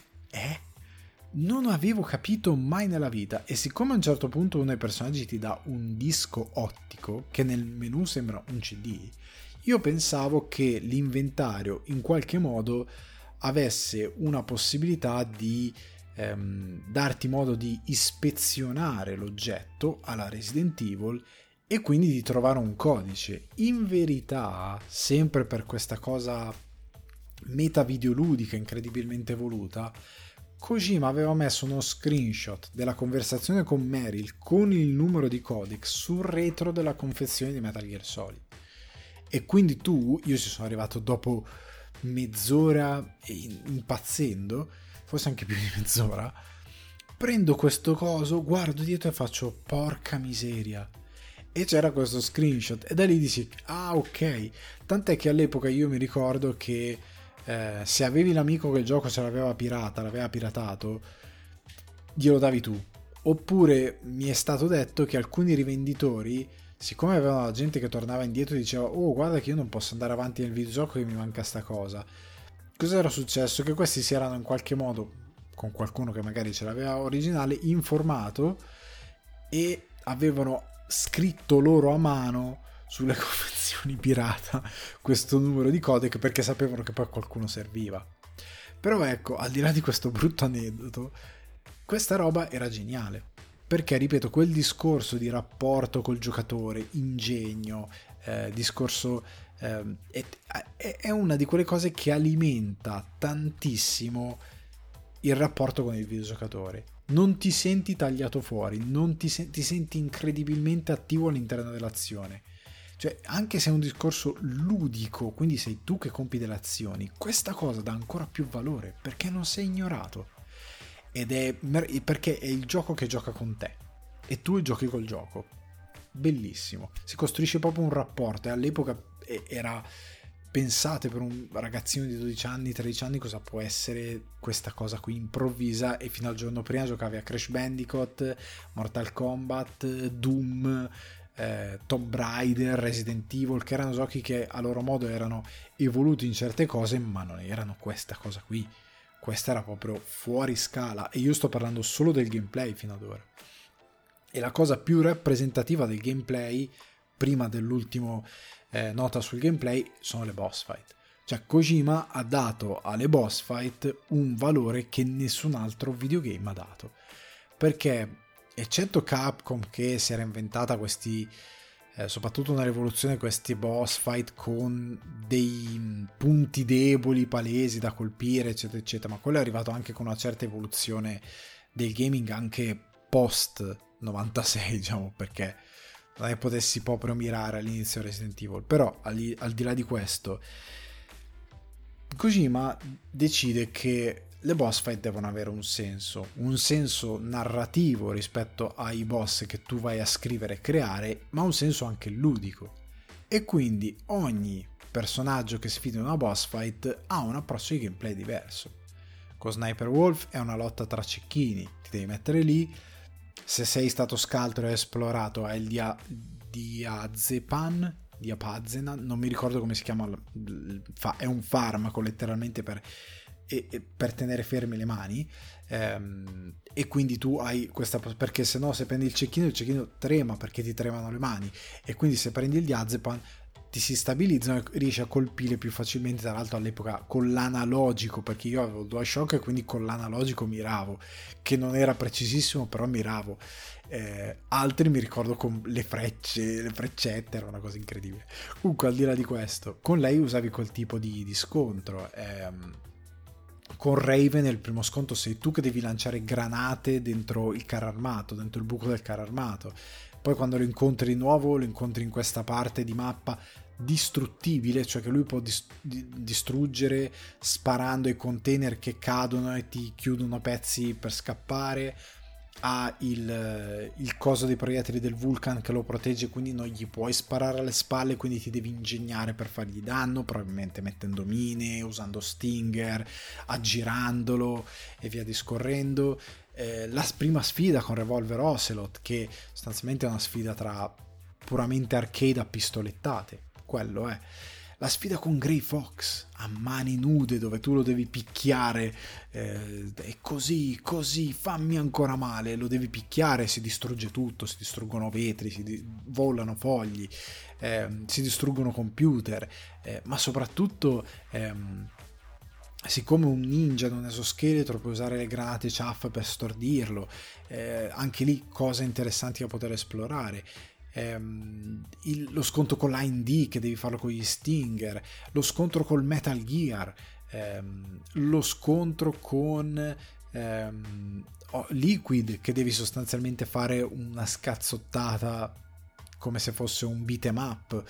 S1: Non avevo capito mai nella vita. E siccome a un certo punto uno dei personaggi ti dà un disco ottico, che nel menu sembra un CD, io pensavo che l'inventario in qualche modo avesse una possibilità di darti modo di ispezionare l'oggetto alla Resident Evil e quindi di trovare un codice. In verità, sempre per questa cosa meta videoludica incredibilmente voluta, Kojima aveva messo uno screenshot della conversazione con Meryl con il numero di codec sul retro della confezione di Metal Gear Solid. E quindi io ci sono arrivato dopo mezz'ora impazzendo, forse anche più di mezz'ora, prendo questo coso, guardo dietro e faccio porca miseria, e c'era questo screenshot e da lì dici ah ok, tant'è che all'epoca io mi ricordo che se avevi l'amico che il gioco ce l'aveva piratato, glielo davi tu, oppure mi è stato detto che alcuni rivenditori, siccome avevano la gente che tornava indietro e diceva oh guarda che io non posso andare avanti nel videogioco che mi manca sta cosa, cosa era successo? Che questi si erano in qualche modo, con qualcuno che magari ce l'aveva originale, informato e avevano scritto loro a mano sulle confezioni pirata questo numero di codec perché sapevano che poi a qualcuno serviva. Però ecco, al di là di questo brutto aneddoto, questa roba era geniale, perché ripeto, quel discorso di rapporto col giocatore, ingegno, discorso è una di quelle cose che alimenta tantissimo il rapporto con il videogiocatore. Non ti senti tagliato fuori, non ti senti incredibilmente attivo all'interno dell'azione. Cioè, anche se è un discorso ludico, quindi sei tu che compi delle azioni, questa cosa dà ancora più valore perché non sei ignorato. Ed è perché è il gioco che gioca con te e tu giochi col gioco. Bellissimo. Si costruisce proprio un rapporto e all'epoca era... Pensate per un ragazzino di 12 anni, 13 anni cosa può essere questa cosa qui improvvisa, e fino al giorno prima giocavi a Crash Bandicoot, Mortal Kombat, Doom, Tomb Raider, Resident Evil, che erano giochi che a loro modo erano evoluti in certe cose, ma non erano questa cosa qui. Questa era proprio fuori scala, e io sto parlando solo del gameplay fino ad ora. E la cosa più rappresentativa del gameplay, prima dell'ultimo nota sul gameplay, sono le boss fight. Cioè Kojima ha dato alle boss fight un valore che nessun altro videogame ha dato, perché eccetto Capcom che si era inventata questi soprattutto nella rivoluzione, questi boss fight con dei punti deboli palesi da colpire eccetera eccetera, ma quello è arrivato anche con una certa evoluzione del gaming anche post 96, diciamo, perché non è che potessi proprio mirare all'inizio Resident Evil. Però al di là di questo, Kojima decide che le boss fight devono avere un senso narrativo rispetto ai boss che tu vai a scrivere e creare, ma un senso anche ludico, e quindi ogni personaggio che sfida in una boss fight ha un approccio di gameplay diverso. Con Sniper Wolf è una lotta tra cecchini, ti devi mettere lì. Se sei stato scaltro e esplorato hai il Diapazena, non mi ricordo come si chiama, è un farmaco letteralmente per e per tenere ferme le mani, e quindi tu hai questa, perché se no se prendi il cecchino trema perché ti tremano le mani, e quindi se prendi il diazepam ti si stabilizzano e riesci a colpire più facilmente. Tra l'altro all'epoca con l'analogico, perché io avevo il DualShock e quindi con l'analogico miravo, che non era precisissimo però miravo. Altri mi ricordo con le freccette, era una cosa incredibile. Comunque, al di là di questo, con lei usavi quel tipo di scontro. Con Raven il primo scontro sei tu che devi lanciare granate dentro il carro armato, dentro il buco del carro armato. Poi quando lo incontri di nuovo, lo incontri in questa parte di mappa distruttibile, cioè che lui può distruggere sparando ai container che cadono e ti chiudono pezzi per scappare. Ha il coso dei proiettili del Vulcan che lo protegge, quindi non gli puoi sparare alle spalle, quindi ti devi ingegnare per fargli danno, probabilmente mettendo mine, usando Stinger, aggirandolo e via discorrendo. La prima sfida con Revolver Ocelot, che sostanzialmente è una sfida tra puramente arcade a pistolettate, quello è. La sfida con Grey Fox a mani nude, dove tu lo devi picchiare, e così, fammi ancora male, lo devi picchiare, si distrugge tutto, si distruggono vetri, volano fogli, si distruggono computer, ma soprattutto siccome un ninja in un esoscheletro puoi usare le granate chaff per stordirlo, anche lì cose interessanti da poter esplorare. Lo scontro con l'A&D che devi farlo con gli Stinger, lo scontro col Metal Gear, lo scontro con Liquid, che devi sostanzialmente fare una scazzottata come se fosse un beat'em up,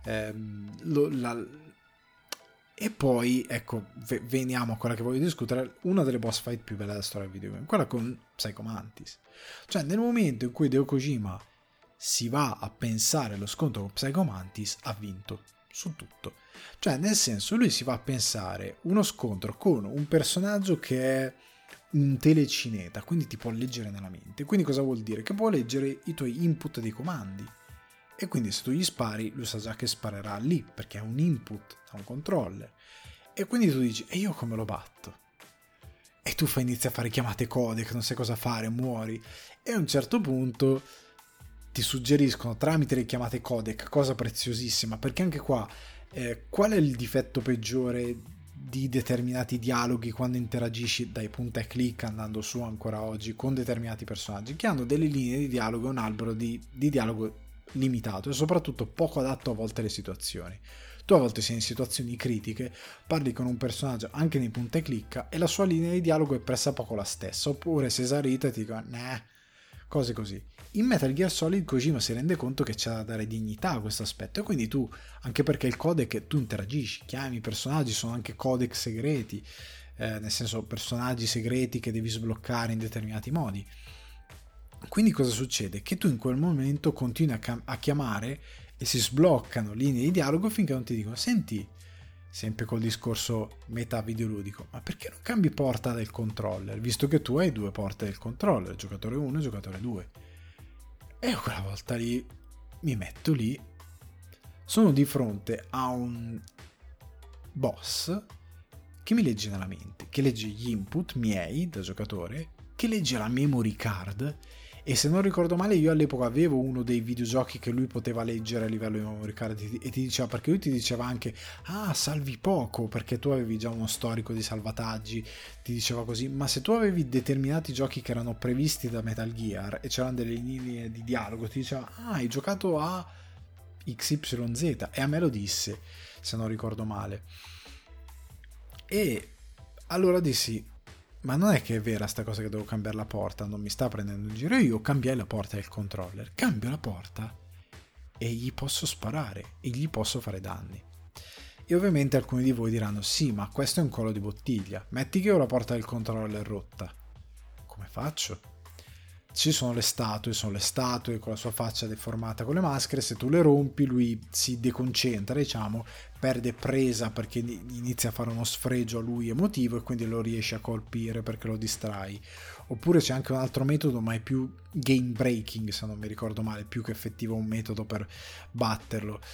S1: e poi ecco, veniamo a quella che voglio discutere, una delle boss fight più belle della storia del videogame, quella con Psycho Mantis. Cioè nel momento in cui Hideo Kojima si va a pensare allo scontro con Psycho Mantis, ha vinto su tutto. Cioè nel senso, lui si va a pensare uno scontro con un personaggio che è un telecineta, quindi ti può leggere nella mente. Quindi cosa vuol dire? Che può leggere i tuoi input dei comandi, e quindi se tu gli spari lui sa già che sparerà lì perché è un input da un controller, e quindi tu dici e io come lo batto? E tu inizi a fare chiamate codec, non sai cosa fare, muori, e a un certo punto ti suggeriscono tramite le chiamate codec, cosa preziosissima, perché anche qua qual è il difetto peggiore di determinati dialoghi quando interagisci dai punta e clic andando su ancora oggi con determinati personaggi, che hanno delle linee di dialogo e un albero di dialogo limitato e soprattutto poco adatto a volte alle situazioni. Tu a volte sei in situazioni critiche, parli con un personaggio anche nei punta e clicca e la sua linea di dialogo è pressappoco la stessa, oppure se esaurita e ti dicono cose così. In Metal Gear Solid Kojima si rende conto che c'è da dare dignità a questo aspetto, e quindi tu, anche perché il codec, tu interagisci, chiami i personaggi, sono anche codec segreti, nel senso personaggi segreti che devi sbloccare in determinati modi. Quindi cosa succede? Che tu in quel momento continui a chiamare e si sbloccano linee di dialogo finché non ti dicono senti, sempre col discorso meta videoludico, ma perché non cambi porta del controller, visto che tu hai due porte del controller, giocatore 1 e giocatore 2. E io quella volta lì mi metto lì, sono di fronte a un boss che mi legge nella mente, che legge gli input miei da giocatore, che legge la memory card. E se non ricordo male io all'epoca avevo uno dei videogiochi che lui poteva leggere a livello di memory card, e ti diceva, perché lui ti diceva anche salvi poco perché tu avevi già uno storico di salvataggi, ti diceva così, ma se tu avevi determinati giochi che erano previsti da Metal Gear e c'erano delle linee di dialogo, ti diceva hai giocato a XYZ, e a me lo disse, se non ricordo male. E allora dissi, ma non è che è vera sta cosa che devo cambiare la porta, non mi sta prendendo in giro. Io cambiai la porta del controller, cambio la porta e gli posso sparare e gli posso fare danni. E ovviamente alcuni di voi diranno sì, ma questo è un collo di bottiglia, metti che ho la porta del controller rotta, come faccio? Ci sono le statue con la sua faccia deformata con le maschere, se tu le rompi lui si deconcentra, diciamo, perde presa perché inizia a fare uno sfregio a lui emotivo e quindi lo riesci a colpire perché lo distrai. Oppure c'è anche un altro metodo, ma è più game breaking se non mi ricordo male, più che effettivo un metodo per batterlo.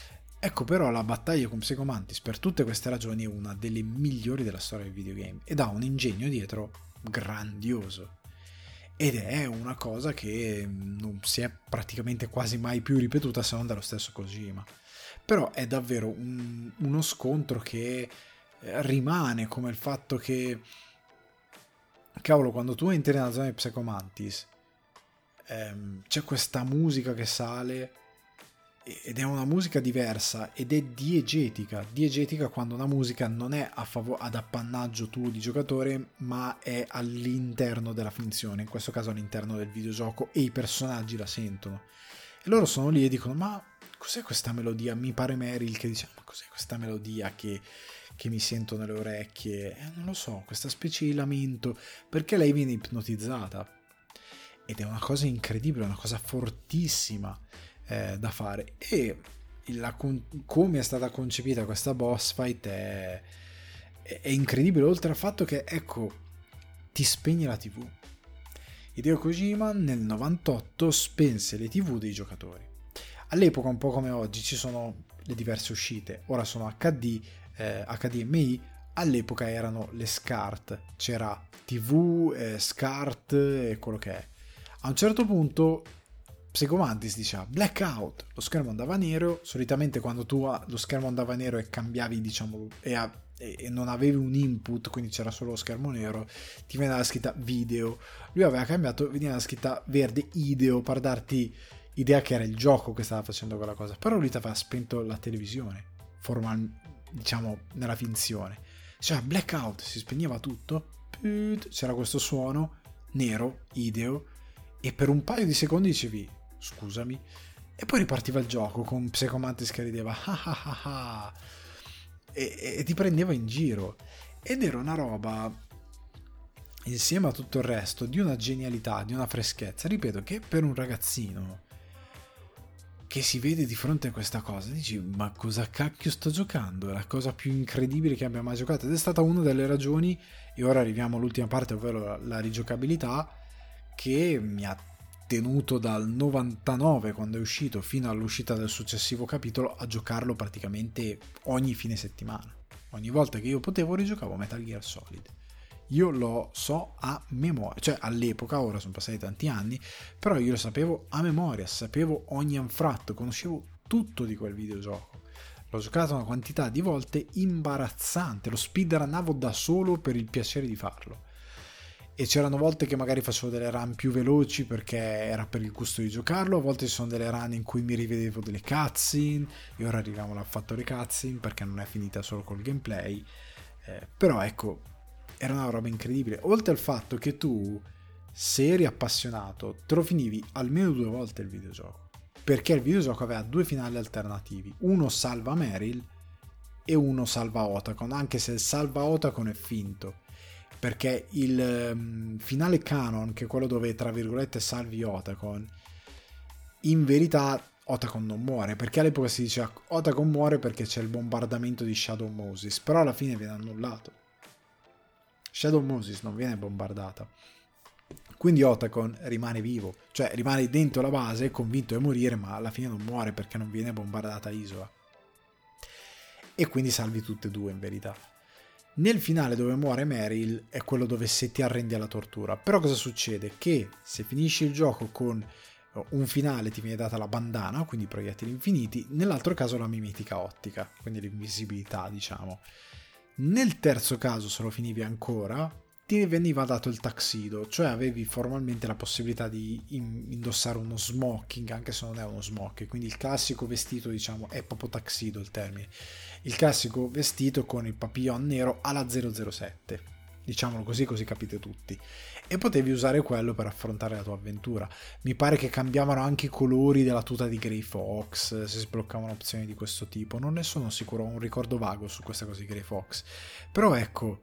S1: Ecco, però la battaglia con Psycho Mantis per tutte queste ragioni è una delle migliori della storia del videogame ed ha un ingegno dietro grandioso. Ed è una cosa che non si è praticamente quasi mai più ripetuta se non dallo stesso Kojima. Però è davvero uno scontro che rimane, come il fatto che, cavolo, quando tu entri nella zona di Psycho Mantis c'è questa musica che sale ed è una musica diversa ed è diegetica quando una musica non è ad appannaggio tuo di giocatore, ma è all'interno della finzione, in questo caso all'interno del videogioco, e i personaggi la sentono e loro sono lì e dicono: ma cos'è questa melodia? Mi pare Meryl che dice: ma cos'è questa melodia che mi sento nelle orecchie? Non lo so, questa specie di lamento, perché lei viene ipnotizzata ed è una cosa incredibile, una cosa fortissima da fare. E come è stata concepita questa boss fight è incredibile, oltre al fatto che, ecco, ti spegne la TV. Hideo Kojima nel 98 spense le TV dei giocatori. All'epoca, un po' come oggi, ci sono le diverse uscite, ora sono HD, HDMI, all'epoca erano le SCART, c'era TV, SCART e quello che è. A un certo punto Psycho Mantis diceva blackout, lo schermo andava nero. Solitamente quando tu lo schermo andava nero e cambiavi, diciamo, e non avevi un input, quindi c'era solo lo schermo nero, ti veniva la scritta video. Lui aveva cambiato, veniva la scritta verde ideo, per darti idea che era il gioco che stava facendo quella cosa. Però lui ti aveva spento la televisione, diciamo nella finzione. Cioè blackout, si spegneva tutto, c'era questo suono nero ideo e per un paio di secondi dicevi scusami, e poi ripartiva il gioco con Psycho Mantis che rideva e ti prendeva in giro, ed era una roba, insieme a tutto il resto, di una genialità, di una freschezza, ripeto, che per un ragazzino che si vede di fronte a questa cosa dici: ma cosa cacchio sto giocando? È la cosa più incredibile che abbia mai giocato, ed è stata una delle ragioni, e ora arriviamo all'ultima parte, ovvero la rigiocabilità, che mi ha tenuto dal 99, quando è uscito, fino all'uscita del successivo capitolo, a giocarlo praticamente ogni fine settimana. Ogni volta che io potevo rigiocavo Metal Gear Solid. Io lo so a memoria, cioè all'epoca, ora sono passati tanti anni, però io lo sapevo a memoria, sapevo ogni anfratto, conoscevo tutto di quel videogioco. L'ho giocato una quantità di volte imbarazzante, lo speedrunnavo da solo per il piacere di farlo. E c'erano volte che magari facevo delle run più veloci perché era per il gusto di giocarlo, a volte ci sono delle run in cui mi rivedevo delle cutscene, e ora arriviamo alla fattore cutscene perché non è finita solo col gameplay, però ecco, era una roba incredibile, oltre al fatto che tu, se eri appassionato, te lo finivi almeno 2 volte il videogioco, perché il videogioco aveva 2 finali alternativi, uno salva Meryl e uno salva Otacon, anche se il salva Otacon è finto, perché il finale canon, che è quello dove tra virgolette salvi Otacon, in verità Otacon non muore, perché all'epoca si diceva Otacon muore perché c'è il bombardamento di Shadow Moses, però alla fine viene annullato. Shadow Moses non viene bombardata, quindi Otacon rimane vivo, cioè rimane dentro la base convinto di morire, ma alla fine non muore perché non viene bombardata l'isola, e quindi salvi tutte e due in verità. Nel finale dove muore Meryl è quello dove se ti arrendi alla tortura, però cosa succede? Che se finisci il gioco con un finale ti viene data la bandana, quindi proiettili infiniti, nell'altro caso la mimetica ottica, quindi l'invisibilità, diciamo. Nel terzo caso, se lo finivi ancora, ti veniva dato il tuxedo, cioè avevi formalmente la possibilità di indossare uno smoking, anche se non è uno smoking, quindi il classico vestito, diciamo, è proprio tuxedo il termine, il classico vestito con il papillon nero alla 007, diciamolo così capite tutti, e potevi usare quello per affrontare la tua avventura. Mi pare che cambiavano anche i colori della tuta di Grey Fox, si sbloccavano opzioni di questo tipo, non ne sono sicuro, ho un ricordo vago su questa cosa di Grey Fox, però ecco,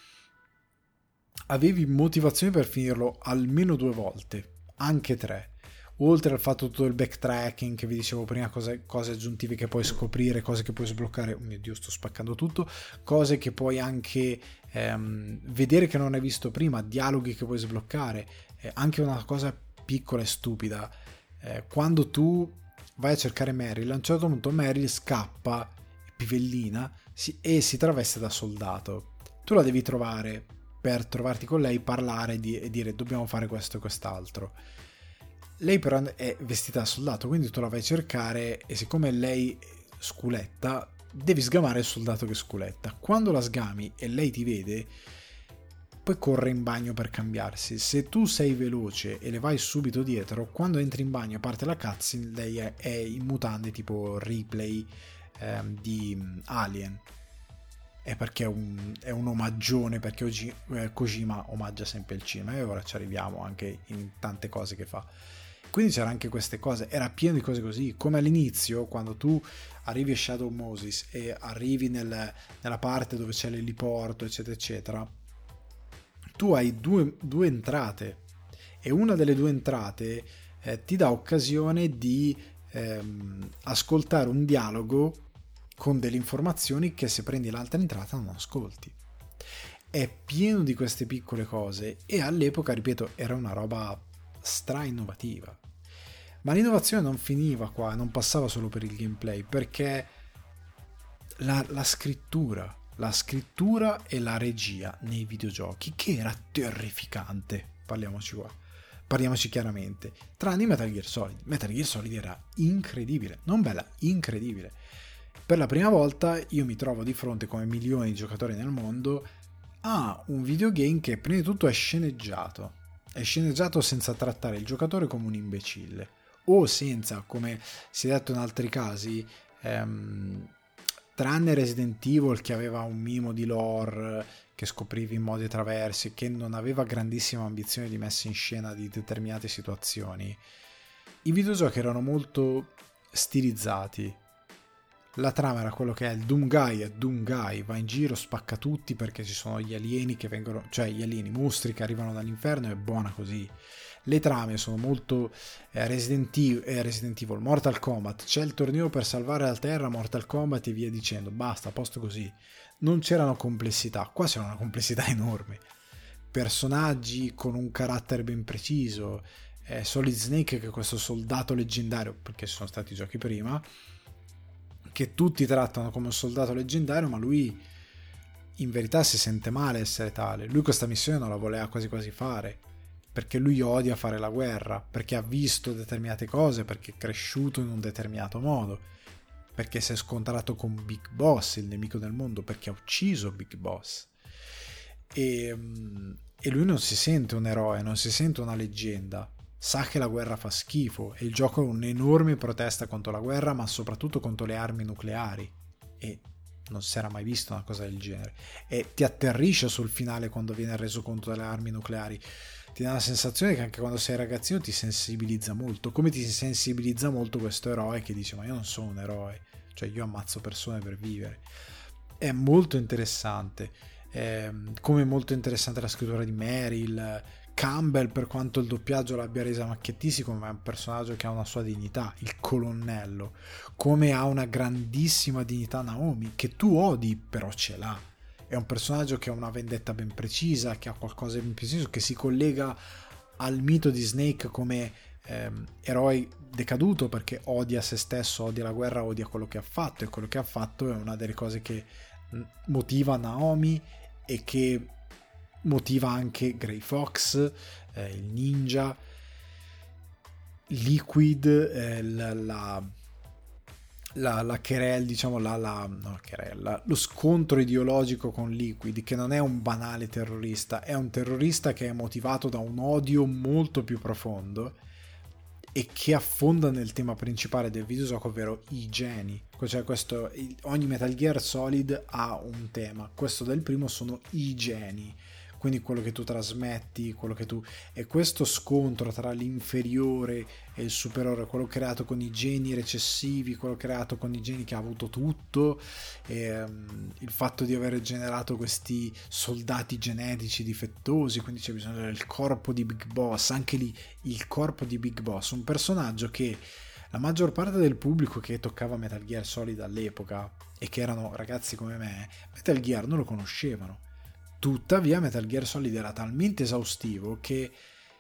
S1: avevi motivazioni per finirlo almeno 2 volte, anche 3, oltre al fatto tutto il backtracking che vi dicevo prima, cose aggiuntive che puoi scoprire, cose che puoi sbloccare, oh mio Dio, sto spaccando tutto, cose che puoi anche vedere che non hai visto prima, dialoghi che puoi sbloccare, anche una cosa piccola e stupida, quando tu vai a cercare Meryl, a un certo punto Meryl scappa, pivellina, e si traveste da soldato. Tu la devi trovare per trovarti con lei, parlare e dire dobbiamo fare questo e quest'altro. Lei però è vestita da soldato, quindi tu la vai a cercare e siccome lei sculetta, devi sgamare il soldato che sculetta. Quando la sgami e lei ti vede, poi corre in bagno per cambiarsi. Se tu sei veloce e le vai subito dietro, quando entri in bagno e parte la cutscene, lei è in mutande tipo Ripley di Alien. È perché è un omaggione, perché Kojima omaggia sempre il cinema, e ora ci arriviamo anche in tante cose che fa. Quindi c'era anche queste cose, era pieno di cose così, come all'inizio quando tu arrivi a Shadow Moses e arrivi nella parte dove c'è l'eliporto eccetera eccetera, tu hai due entrate e una delle due entrate ti dà occasione di ascoltare un dialogo con delle informazioni che se prendi l'altra entrata non ascolti. È pieno di queste piccole cose e all'epoca, ripeto, era una roba stra innovativa. Ma l'innovazione non finiva qua, non passava solo per il gameplay, perché la scrittura e la regia nei videogiochi, che era terrificante, parliamoci chiaramente, tranne Metal Gear Solid era incredibile, non bella, incredibile. Per la prima volta io mi trovo di fronte, come milioni di giocatori nel mondo, a un videogame che prima di tutto è sceneggiato senza trattare il giocatore come un imbecille, o senza, come si è detto in altri casi, tranne Resident Evil che aveva un minimo di lore che scoprivi in modi traversi, che non aveva grandissima ambizione di messa in scena di determinate situazioni, i videogiochi erano molto stilizzati. La trama era quello che è: il Doom Guy va in giro, spacca tutti perché ci sono gli alieni che vengono, cioè gli alieni mostri che arrivano dall'inferno, è buona così. Le trame sono molto Resident Evil, Mortal Kombat, c'è il torneo per salvare la terra, Mortal Kombat e via dicendo, basta, a posto così. Non c'erano complessità, qua c'era una complessità enorme, personaggi con un carattere ben preciso, Solid Snake che è questo soldato leggendario, perché ci sono stati giochi prima che tutti trattano come un soldato leggendario, ma lui in verità si sente male essere tale. Lui questa missione non la voleva quasi quasi fare, perché lui odia fare la guerra, perché ha visto determinate cose, perché è cresciuto in un determinato modo, perché si è scontrato con Big Boss, il nemico del mondo, perché ha ucciso Big Boss. E lui non si sente un eroe, non si sente una leggenda, sa che la guerra fa schifo e il gioco è un'enorme protesta contro la guerra, ma soprattutto contro le armi nucleari, e non si era mai visto una cosa del genere, e ti atterrisce sul finale quando viene reso conto delle armi nucleari. Ti dà la sensazione che anche quando sei ragazzino ti sensibilizza molto, come ti sensibilizza molto questo eroe che dice ma io non sono un eroe, cioè io ammazzo persone per vivere. È molto interessante, come è molto interessante la scrittura di Meryl. Campbell, per quanto il doppiaggio l'abbia resa macchiettissima, ma è un personaggio che ha una sua dignità, il colonnello, come ha una grandissima dignità Naomi, che tu odi però ce l'ha. È un personaggio che ha una vendetta ben precisa, che ha qualcosa di ben preciso, che si collega al mito di Snake come eroe decaduto, perché odia se stesso, odia la guerra, odia quello che ha fatto, e quello che ha fatto è una delle cose che motiva Naomi e che motiva anche Grey Fox, il ninja, Liquid, la querelle, diciamo lo scontro ideologico con Liquid, che non è un banale terrorista, è un terrorista che è motivato da un odio molto più profondo e che affonda nel tema principale del videogioco, ovvero i geni. Cioè ogni Metal Gear Solid ha un tema, questo del primo sono i geni, quindi quello che tu trasmetti, e questo scontro tra l'inferiore e il superiore, quello creato con i geni recessivi, quello creato con i geni che ha avuto tutto, il fatto di aver generato questi soldati genetici difettosi, quindi c'è bisogno del corpo di Big Boss, anche lì il corpo di Big Boss, un personaggio che la maggior parte del pubblico che toccava Metal Gear Solid all'epoca, e che erano ragazzi come me, Metal Gear non lo conoscevano. Tuttavia Metal Gear Solid era talmente esaustivo che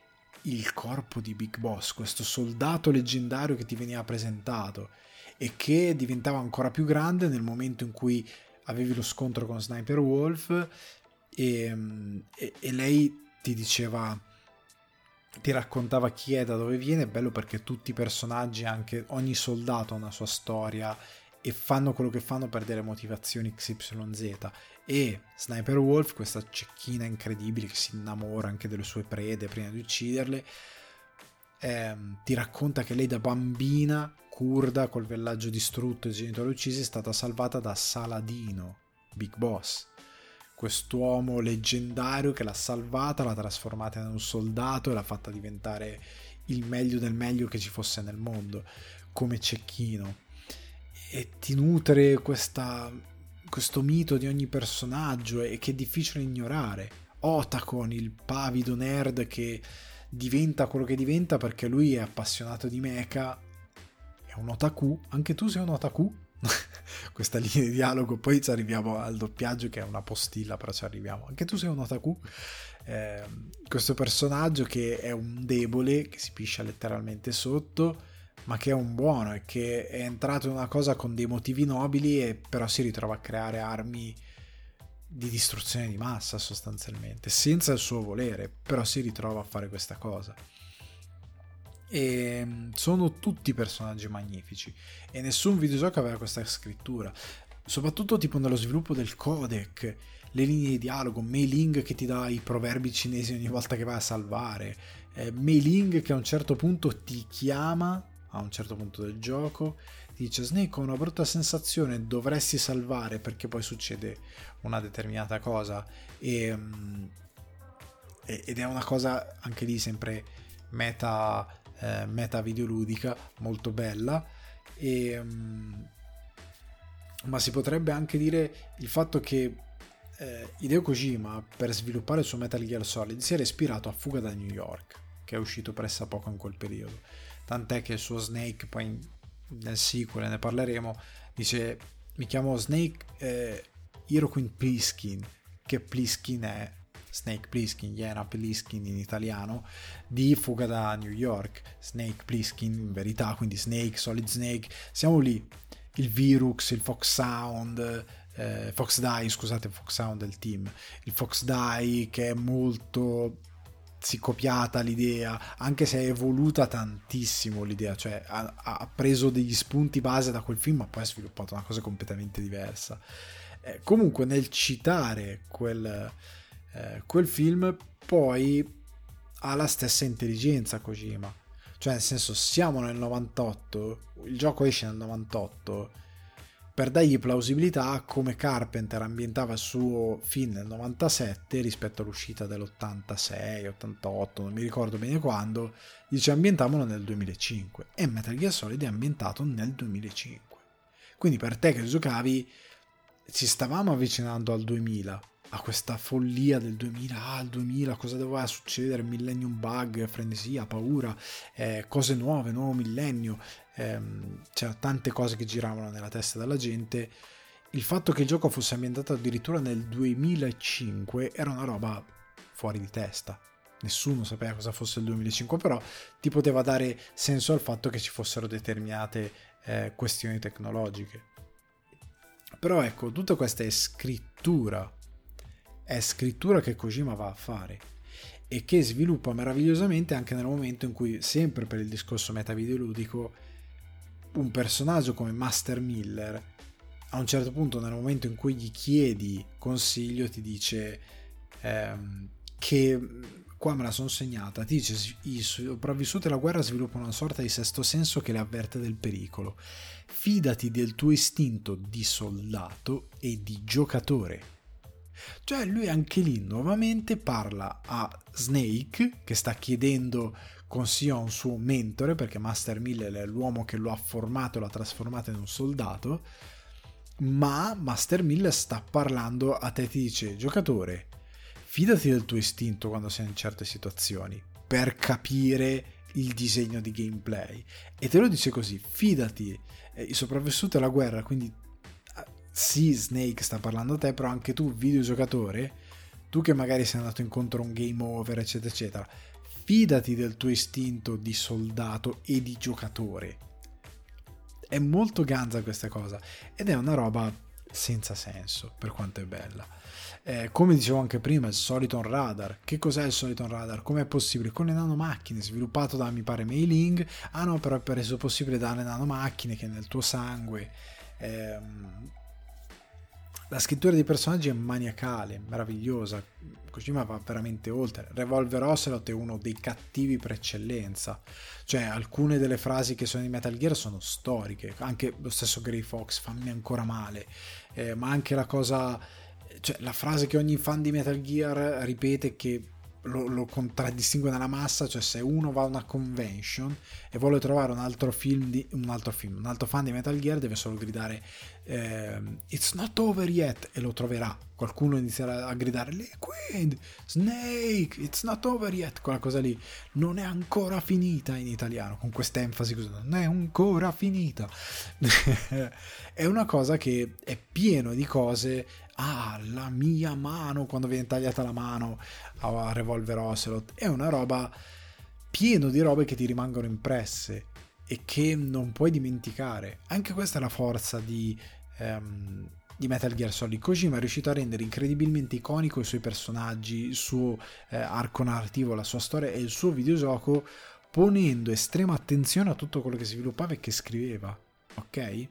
S1: il corpo di Big Boss, questo soldato leggendario che ti veniva presentato e che diventava ancora più grande nel momento in cui avevi lo scontro con Sniper Wolf e lei ti diceva, ti raccontava chi è, da dove viene. È bello perché tutti i personaggi, anche ogni soldato ha una sua storia e fanno quello che fanno per delle motivazioni XYZ. E Sniper Wolf, questa cecchina incredibile che si innamora anche delle sue prede prima di ucciderle, ti racconta che lei da bambina curda col villaggio distrutto e i genitori uccisi è stata salvata da Saladino, Big Boss, quest'uomo leggendario che l'ha salvata, l'ha trasformata in un soldato e l'ha fatta diventare il meglio del meglio che ci fosse nel mondo come cecchino. E ti nutre questo mito di ogni personaggio e che è difficile ignorare. Otacon, il pavido nerd che diventa quello che diventa perché lui è appassionato di mecha, è un otaku. Anche tu sei un otaku? Questa linea di dialogo, poi ci arriviamo al doppiaggio che è una postilla, però ci arriviamo. Anche tu sei un otaku? Questo personaggio che è un debole, che si piscia letteralmente sotto, ma che è un buono e che è entrato in una cosa con dei motivi nobili e però si ritrova a creare armi di distruzione di massa sostanzialmente, senza il suo volere, però si ritrova a fare questa cosa. E sono tutti personaggi magnifici e nessun videogioco aveva questa scrittura, soprattutto tipo nello sviluppo del codec, le linee di dialogo, Mei Ling che ti dà i proverbi cinesi ogni volta che vai a salvare, Mei Ling che a un certo punto ti chiama a un certo punto del gioco, ti dice Snake, ho una brutta sensazione, dovresti salvare perché poi succede una determinata cosa ed è una cosa anche lì sempre meta videoludica, molto bella. Ma si potrebbe anche dire il fatto che Hideo Kojima, per sviluppare il suo Metal Gear Solid, si era ispirato a Fuga da New York, che è uscito pressappoco in quel periodo, tant'è che il suo Snake, poi nel sequel ne parleremo, dice mi chiamo Snake Hiroquin Pliskin, che Pliskin è Snake Plissken, Jena Plissken in italiano, di Fuga da New York, Snake Plissken in verità, quindi Snake, Solid Snake, siamo lì, il Virux, il Fox Sound, Fox Die, scusate, Fox Sound del team, il Fox Die che è molto si copiata l'idea, anche se è evoluta tantissimo l'idea, cioè ha preso degli spunti base da quel film ma poi ha sviluppato una cosa completamente diversa. Comunque nel citare quel film poi ha la stessa intelligenza Kojima, cioè nel senso siamo nel 98, il gioco esce nel 98, per dargli plausibilità come Carpenter ambientava il suo film nel 97 rispetto all'uscita dell'86, 88, non mi ricordo bene quando, dice ambientamolo nel 2005 e Metal Gear Solid è ambientato nel 2005, quindi per te che giocavi ci stavamo avvicinando al 2000, a questa follia del 2000, il 2000 cosa doveva succedere, Millennium Bug, frenesia, paura, cose nuove, nuovo millennio, c'erano tante cose che giravano nella testa della gente. Il fatto che il gioco fosse ambientato addirittura nel 2005 era una roba fuori di testa, nessuno sapeva cosa fosse il 2005, però ti poteva dare senso al fatto che ci fossero determinate questioni tecnologiche. Però ecco, tutta questa è scrittura che Kojima va a fare e che sviluppa meravigliosamente anche nel momento in cui, sempre per il discorso metavideoludico, un personaggio come Master Miller a un certo punto, nel momento in cui gli chiedi consiglio, ti dice che qua me la sono segnata, ti dice i sopravvissuti alla guerra sviluppano una sorta di sesto senso che le avverte del pericolo, fidati del tuo istinto di soldato e di giocatore. Cioè lui anche lì nuovamente parla a Snake che sta chiedendo consiglio a un suo mentore, perché Master Miller è l'uomo che lo ha formato e lo ha trasformato in un soldato, ma Master Miller sta parlando a te, ti dice giocatore, fidati del tuo istinto quando sei in certe situazioni per capire il disegno di gameplay, e te lo dice così, fidati, i sopravvissuti alla guerra, quindi sì, Snake sta parlando a te, però anche tu videogiocatore, tu che magari sei andato incontro a un game over eccetera eccetera, fidati del tuo istinto di soldato e di giocatore. È molto ganza questa cosa ed è una roba senza senso per quanto è bella. Come dicevo anche prima, il Soliton Radar. Che cos'è il Soliton Radar? Com'è possibile? Con le nanomacchine, sviluppato da, mi pare, Mei Ling. Ah no, però è reso possibile dalle nanomacchine che è nel tuo sangue. La scrittura dei personaggi è maniacale, meravigliosa. Kojima va veramente oltre. Revolver Ocelot è uno dei cattivi per eccellenza. Cioè, alcune delle frasi che sono in Metal Gear sono storiche. Anche lo stesso Grey Fox, fammi ancora male. Ma anche la cosa... Cioè, la frase che ogni fan di Metal Gear ripete, che lo contraddistingue dalla massa, cioè se uno va a una convention e vuole trovare un altro fan di Metal Gear, deve solo gridare it's not over yet e lo troverà. Qualcuno inizierà a gridare Liquid, Snake, it's not over yet, quella cosa lì non è ancora finita in italiano, con questa enfasi così, non è ancora finita. È una cosa che è pieno di cose. La mia mano, quando viene tagliata la mano a Revolver Ocelot, è una roba pieno di robe che ti rimangono impresse e che non puoi dimenticare. Anche questa è la forza di Metal Gear Solid. Kojima è riuscito a rendere incredibilmente iconico i suoi personaggi, il suo arco narrativo, la sua storia e il suo videogioco, ponendo estrema attenzione a tutto quello che sviluppava e che scriveva, ok?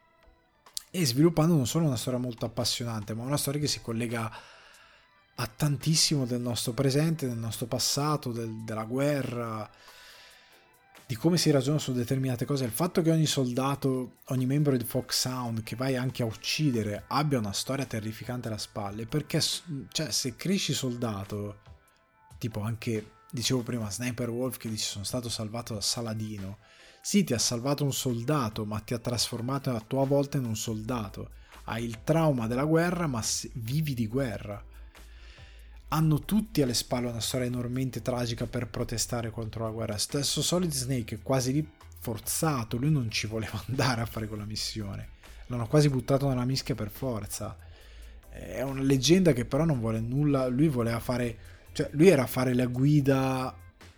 S1: E sviluppando non solo una storia molto appassionante, ma una storia che si collega a tantissimo del nostro presente, del nostro passato, della guerra, di come si ragiona su determinate cose. Il fatto che ogni soldato, ogni membro di Fox Sound che vai anche a uccidere abbia una storia terrificante alle spalle, perché cioè, se cresci soldato, tipo anche, dicevo prima, Sniper Wolf che dice sono stato salvato da Saladino. Sì, ti ha salvato un soldato, ma ti ha trasformato a tua volta in un soldato. Hai il trauma della guerra, ma vivi di guerra. Hanno tutti alle spalle una storia enormemente tragica per protestare contro la guerra. Stesso Solid Snake è quasi lì forzato, lui non ci voleva andare a fare quella missione. L'hanno quasi buttato nella mischia per forza. È una leggenda che però non vuole nulla. Lui voleva fare... Cioè, lui era a fare la guida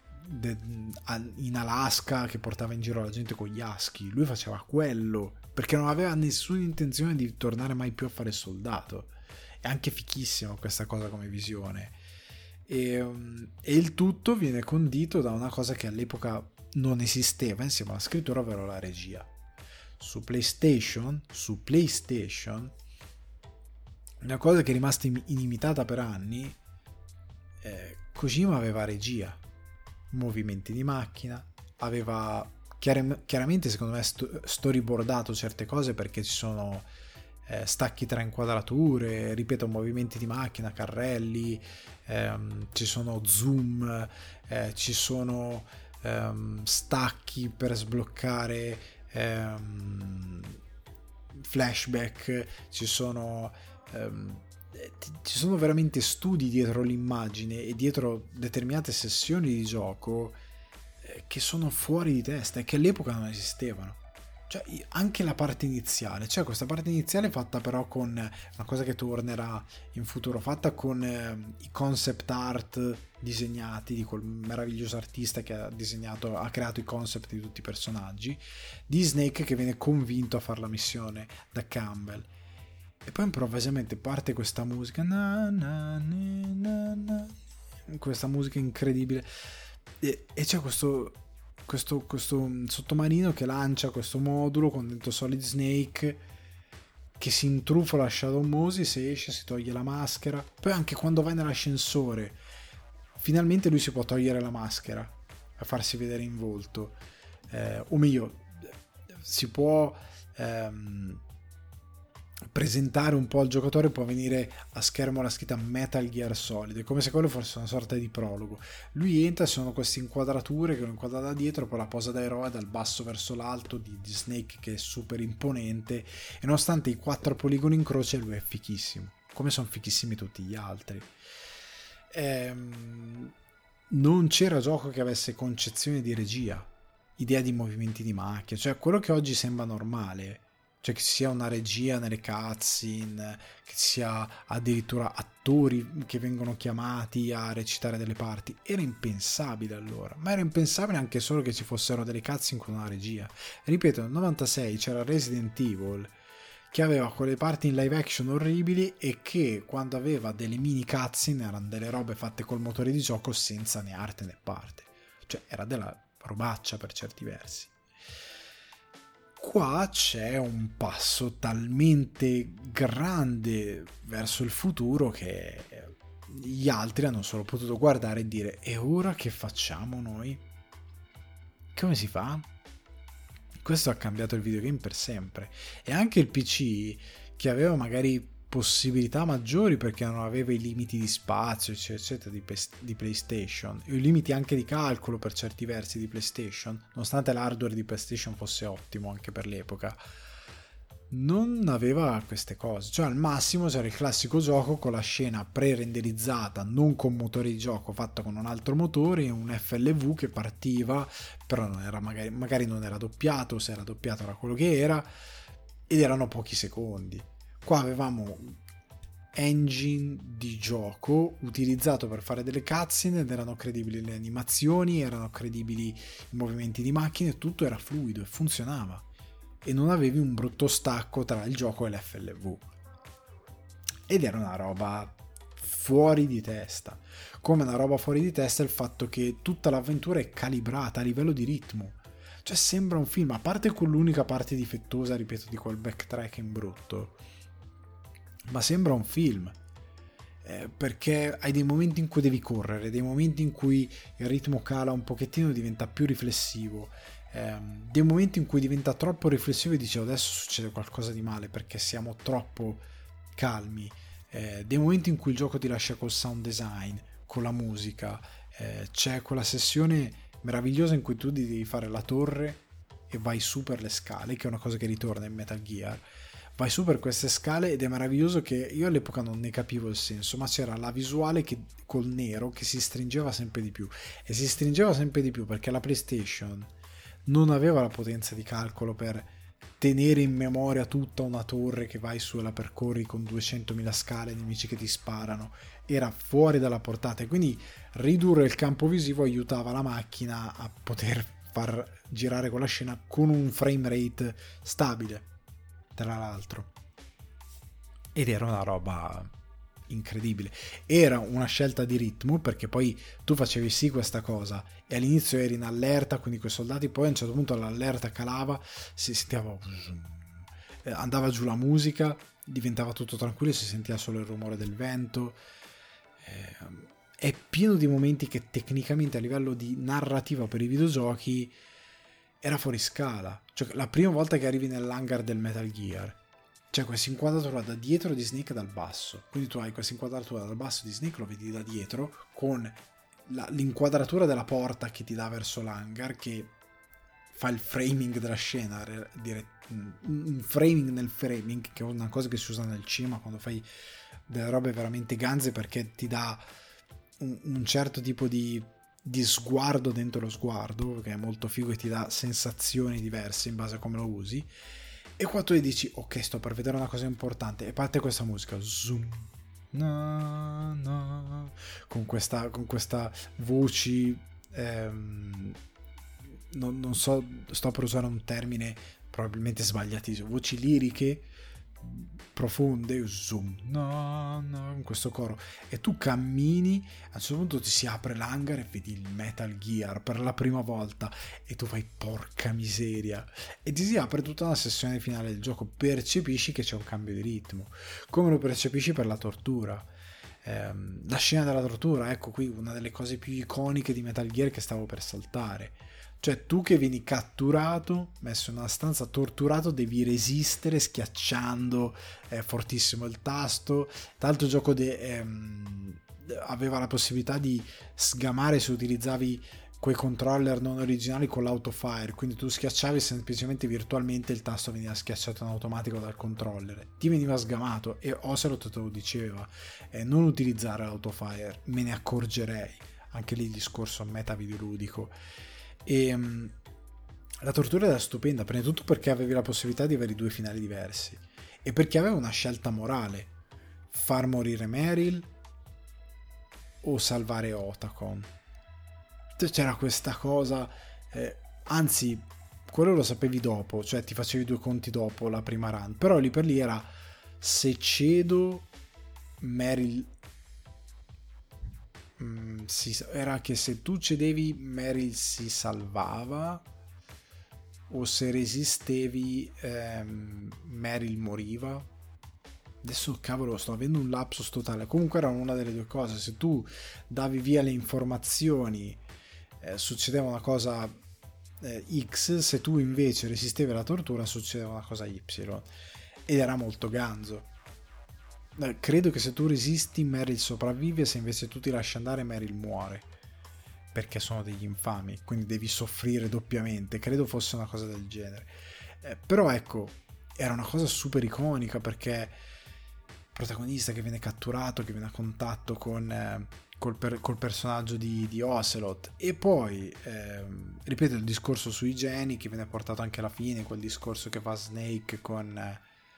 S1: in Alaska che portava in giro la gente con gli aschi. Lui faceva quello perché non aveva nessuna intenzione di tornare mai più a fare soldato. È anche fichissimo questa cosa come visione, e il tutto viene condito da una cosa che all'epoca non esisteva insieme alla scrittura, ovvero la regia. Su PlayStation una cosa che è rimasta inimitata per anni. Kojima aveva regia, movimenti di macchina, aveva chiaramente secondo me storyboardato certe cose, perché ci sono stacchi tra inquadrature, ripeto, movimenti di macchina, carrelli, ci sono zoom, ci sono stacchi per sbloccare flashback, ci sono veramente studi dietro l'immagine e dietro determinate sessioni di gioco che sono fuori di testa e che all'epoca non esistevano. Cioè, anche la parte iniziale, cioè questa parte iniziale fatta però con una cosa che tornerà in futuro, fatta con i concept art disegnati di quel meraviglioso artista che ha creato i concept di tutti i personaggi, di Snake che viene convinto a fare la missione da Campbell, e poi improvvisamente parte questa musica, questa musica incredibile, e c'è questo sottomarino che lancia questo modulo con dentro Solid Snake che si intrufola a Shadow Moses, esce, si toglie la maschera. Poi anche quando vai nell'ascensore finalmente lui si può togliere la maschera a farsi vedere in volto, o meglio si può presentare un po' al giocatore, può venire a schermo la scritta Metal Gear Solid, è come se quello fosse una sorta di prologo. Lui entra, sono queste inquadrature che lo inquadra da dietro, poi la posa da eroe dal basso verso l'alto di Snake che è super imponente, e nonostante i 4 poligoni in croce lui è fichissimo, come sono fichissimi tutti gli altri. Non c'era gioco che avesse concezione di regia, idea di movimenti di macchia, cioè quello che oggi sembra normale cioè che ci sia una regia nelle cutscene, che ci sia addirittura attori che vengono chiamati a recitare delle parti. Era impensabile allora, ma era impensabile anche solo che ci fossero delle cutscene con una regia. Ripeto, nel 96 c'era Resident Evil che aveva quelle parti in live action orribili e che quando aveva delle mini cutscene erano delle robe fatte col motore di gioco senza né arte né parte, cioè era della robaccia per certi versi. Qua c'è un passo talmente grande verso il futuro che gli altri hanno solo potuto guardare e dire: e ora che facciamo noi? Come si fa? Questo ha cambiato il videogame per sempre. E anche il PC, che aveva magari possibilità maggiori perché non aveva i limiti di spazio eccetera di PlayStation, e i limiti anche di calcolo per certi versi di PlayStation, nonostante l'hardware di PlayStation fosse ottimo anche per l'epoca, non aveva queste cose. Cioè al massimo c'era il classico gioco con la scena pre-renderizzata, non con motore di gioco, fatta con un altro motore e un FLV che partiva, però non era magari non era doppiato, se era doppiato era quello che era, ed erano pochi secondi. Qua avevamo engine di gioco utilizzato per fare delle cutscene ed erano credibili le animazioni, erano credibili i movimenti di macchine, tutto era fluido e funzionava, e non avevi un brutto stacco tra il gioco e l'FLV, ed era una roba fuori di testa. Come una roba fuori di testa il fatto che tutta l'avventura è calibrata a livello di ritmo, cioè sembra un film, a parte con l'unica parte difettosa, ripeto, di quel backtracking brutto, ma sembra un film, perché hai dei momenti in cui devi correre, dei momenti in cui il ritmo cala un pochettino, diventa più riflessivo, dei momenti in cui diventa troppo riflessivo e dici adesso succede qualcosa di male perché siamo troppo calmi, dei momenti in cui il gioco ti lascia col sound design, con la musica, c'è quella sessione meravigliosa in cui tu devi fare la torre e vai su per le scale, che è una cosa che ritorna in Metal Gear. Vai su per queste scale ed è meraviglioso, che io all'epoca non ne capivo il senso, ma c'era la visuale che, col nero, che si stringeva sempre di più, e si stringeva sempre di più perché la PlayStation non aveva la potenza di calcolo per tenere in memoria tutta una torre che vai su e la percorri con 200.000 scale, nemici che ti sparano, era fuori dalla portata, e quindi ridurre il campo visivo aiutava la macchina a poter far girare quella scena con un frame rate stabile, tra l'altro, ed era una roba incredibile. Era una scelta di ritmo perché poi tu facevi sì questa cosa e all'inizio eri in allerta, quindi quei soldati, poi a un certo punto l'allerta calava, si sentiva, andava giù la musica, diventava tutto tranquillo, si sentiva solo il rumore del vento. È pieno di momenti che tecnicamente a livello di narrativa per i videogiochi era fuori scala. Cioè la prima volta che arrivi nell'hangar del Metal Gear c'è questa inquadratura da dietro di Snake dal basso, quindi tu hai questa inquadratura dal basso di Snake, lo vedi da dietro con l'inquadratura della porta che ti dà verso l'hangar, che fa il framing della scena, un framing nel framing, che è una cosa che si usa nel cinema quando fai delle robe veramente ganze, perché ti dà un certo tipo di sguardo dentro lo sguardo, che è molto figo e ti dà sensazioni diverse in base a come lo usi. E qua tu dici ok, sto per vedere una cosa importante, e parte questa musica zoom, no, no, con questa voci, non so, sto per usare un termine probabilmente sbagliatissimo, voci liriche profonde, zoom, no, no, in questo coro, e tu cammini, a un certo punto ti si apre l'hangar e vedi il Metal Gear per la prima volta e tu fai porca miseria, e ti si apre tutta una sessione finale del gioco, percepisci che c'è un cambio di ritmo, come lo percepisci per la tortura. La scena della tortura, ecco qui una delle cose più iconiche di Metal Gear che stavo per saltare. Cioè tu che vieni catturato, messo in una stanza, torturato, devi resistere schiacciando fortissimo il tasto. Tra l'altro il gioco aveva la possibilità di sgamare se utilizzavi quei controller non originali con l'autofire, quindi tu schiacciavi e semplicemente virtualmente il tasto veniva schiacciato in automatico dal controller, ti veniva sgamato, e Ocelot te lo diceva, non utilizzare l'autofire, me ne accorgerei. Anche lì il discorso meta videoludico. E La tortura era stupenda, prima di tutto perché avevi la possibilità di avere due finali diversi e perché aveva una scelta morale: far morire Meryl o salvare Otacon. C'era questa cosa, anzi, quello lo sapevi dopo, cioè ti facevi due conti dopo la prima run, però lì per lì era: se cedo Meryl, era che se tu cedevi Meryl si salvava, o se resistevi Meryl moriva. Adesso cavolo, sto avendo un lapsus totale. Comunque era una delle due cose: se tu davi via le informazioni succedeva una cosa X, se tu invece resistevi alla tortura succedeva una cosa Y, ed era molto ganzo. Credo che se tu resisti Meryl sopravvive, se invece tu ti lasci andare Meryl muore, perché sono degli infami, quindi devi soffrire doppiamente. Credo fosse una cosa del genere, però ecco, era una cosa super iconica, perché il protagonista che viene catturato, che viene a contatto con col personaggio di Ocelot, e poi ripeto il discorso sui geni che viene portato anche alla fine, quel discorso che fa Snake con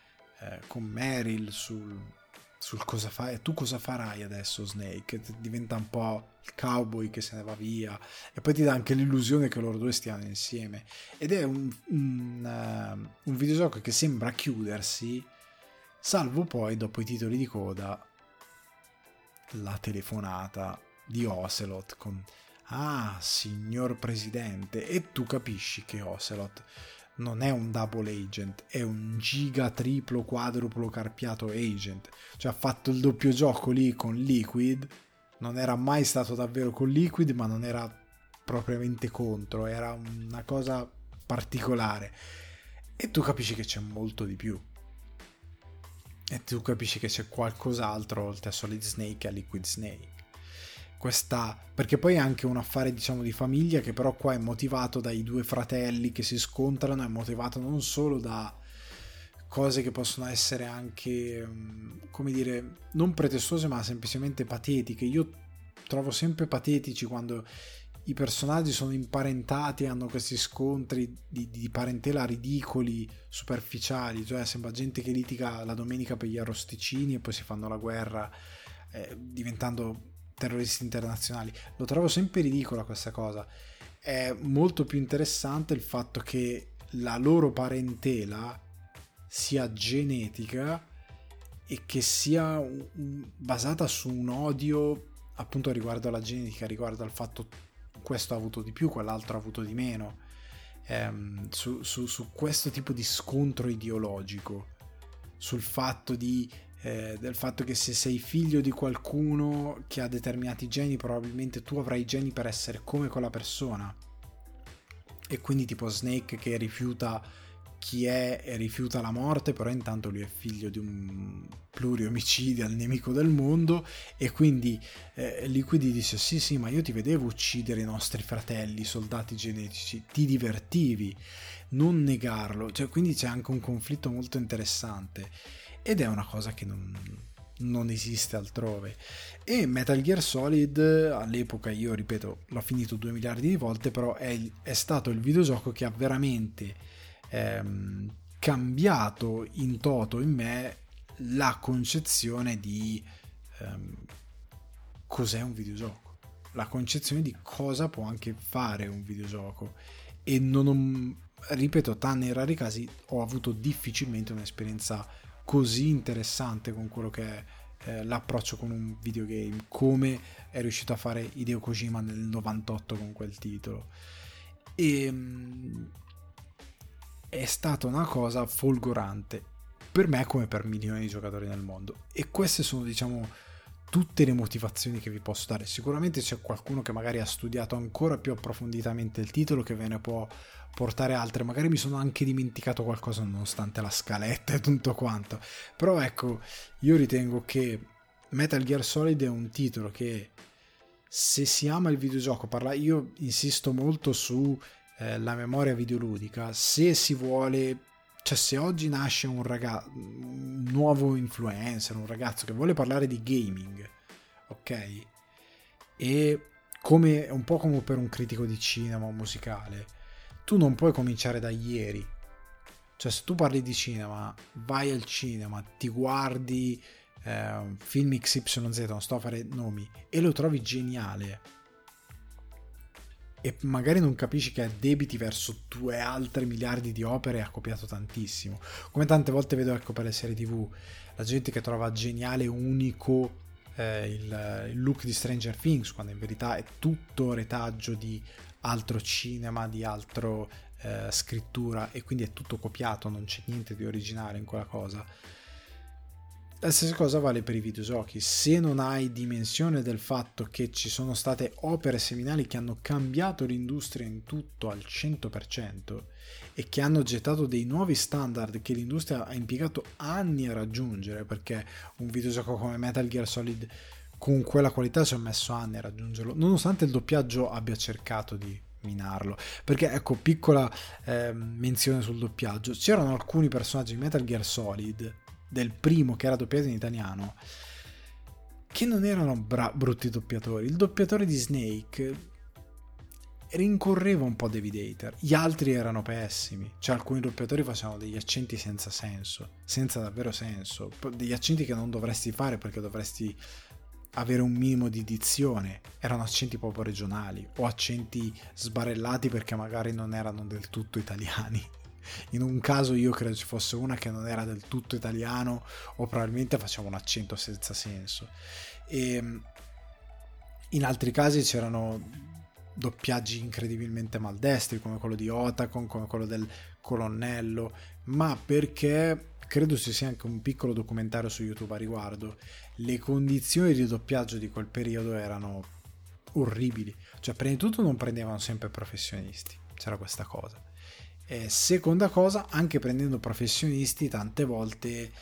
S1: Meryl sul cosa fai, e tu cosa farai adesso Snake, diventa un po' il cowboy che se ne va via, e poi ti dà anche l'illusione che loro due stiano insieme, ed è un videogioco che sembra chiudersi, salvo poi dopo i titoli di coda la telefonata di Ocelot con: ah, signor presidente, e tu capisci che Ocelot non è un double agent, è un giga triplo quadruplo carpiato agent, cioè ha fatto il doppio gioco lì con Liquid, non era mai stato davvero con Liquid, ma non era propriamente contro, era una cosa particolare, e tu capisci che c'è molto di più, e tu capisci che c'è qualcos'altro oltre a Solid Snake e a Liquid Snake. Perché poi è anche un affare, diciamo, di famiglia, che però qua è motivato dai due fratelli che si scontrano, è motivato non solo da cose che possono essere anche, come dire, non pretestuose ma semplicemente patetiche. Io trovo sempre patetici quando i personaggi sono imparentati e hanno questi scontri di parentela ridicoli, superficiali, cioè sembra gente che litiga la domenica per gli arrosticini e poi si fanno la guerra diventando terroristi internazionali. Lo trovo sempre ridicola questa cosa. È molto più interessante il fatto che la loro parentela sia genetica e che sia basata su un odio appunto riguardo alla genetica, riguardo al fatto questo ha avuto di più, quell'altro ha avuto di meno, su questo tipo di scontro ideologico, sul fatto del fatto che se sei figlio di qualcuno che ha determinati geni, probabilmente tu avrai i geni per essere come quella persona, e quindi tipo Snake che rifiuta chi è e rifiuta la morte, però intanto lui è figlio di un pluriomicidio, al nemico del mondo, e quindi Liquid dice: sì ma io ti vedevo uccidere i nostri fratelli soldati genetici, ti divertivi, non negarlo, cioè, quindi c'è anche un conflitto molto interessante, ed è una cosa che non esiste altrove. E Metal Gear Solid all'epoca, io ripeto, l'ho finito 2 miliardi di volte, però è stato il videogioco che ha veramente cambiato in toto in me la concezione di cos'è un videogioco, la concezione di cosa può anche fare un videogioco, e ripeto, tranne in rari casi ho avuto difficilmente un'esperienza così interessante con quello che è l'approccio con un videogame, come è riuscito a fare Hideo Kojima nel 98 con quel titolo. E è stata una cosa folgorante per me come per milioni di giocatori nel mondo, e queste sono, diciamo, tutte le motivazioni che vi posso dare. Sicuramente c'è qualcuno che magari ha studiato ancora più approfonditamente il titolo, che ve ne può portare altre, magari mi sono anche dimenticato qualcosa nonostante la scaletta e tutto quanto, però ecco, io ritengo che Metal Gear Solid è un titolo che, se si ama il videogioco, io insisto molto su la memoria videoludica, se si vuole, cioè se oggi nasce un nuovo influencer, un ragazzo che vuole parlare di gaming, ok, e come un po' come per un critico di cinema o musicale, tu non puoi cominciare da ieri. Cioè, se tu parli di cinema, vai al cinema, ti guardi film XYZ, non sto a fare nomi, e lo trovi geniale, e magari non capisci che ha debiti verso 2 altre miliardi di opere e ha copiato tantissimo. Come tante volte vedo, ecco, per le serie TV, la gente che trova geniale, unico il look di Stranger Things, quando in verità è tutto retaggio di altro cinema, di altro scrittura, e quindi è tutto copiato, non c'è niente di originale in quella cosa. La stessa cosa vale per i videogiochi. Se non hai dimensione del fatto che ci sono state opere seminali che hanno cambiato l'industria in tutto al 100% e che hanno gettato dei nuovi standard che l'industria ha impiegato anni a raggiungere, perché un videogioco come Metal Gear Solid con quella qualità ci ha messo anni a raggiungerlo, nonostante il doppiaggio abbia cercato di minarlo. Perché, ecco, piccola menzione sul doppiaggio, c'erano alcuni personaggi di Metal Gear Solid del primo, che era doppiato in italiano, che non erano brutti doppiatori. Il doppiatore di Snake rincorreva un po' David Hayter, gli altri erano pessimi. Cioè, alcuni doppiatori facevano degli accenti senza senso, senza davvero senso, degli accenti che non dovresti fare perché dovresti avere un minimo di dizione. Erano accenti proprio regionali o accenti sbarellati perché magari non erano del tutto italiani. In un caso io credo ci fosse una che non era del tutto italiano, o probabilmente faceva un accento senza senso, e in altri casi c'erano doppiaggi incredibilmente maldestri, come quello di Otacon, come quello del colonnello, ma perché credo ci sia anche un piccolo documentario su YouTube a riguardo. Le condizioni di doppiaggio di quel periodo erano orribili. Cioè, prima di tutto non prendevano sempre professionisti, c'era questa cosa. E seconda cosa, anche prendendo professionisti, tante volte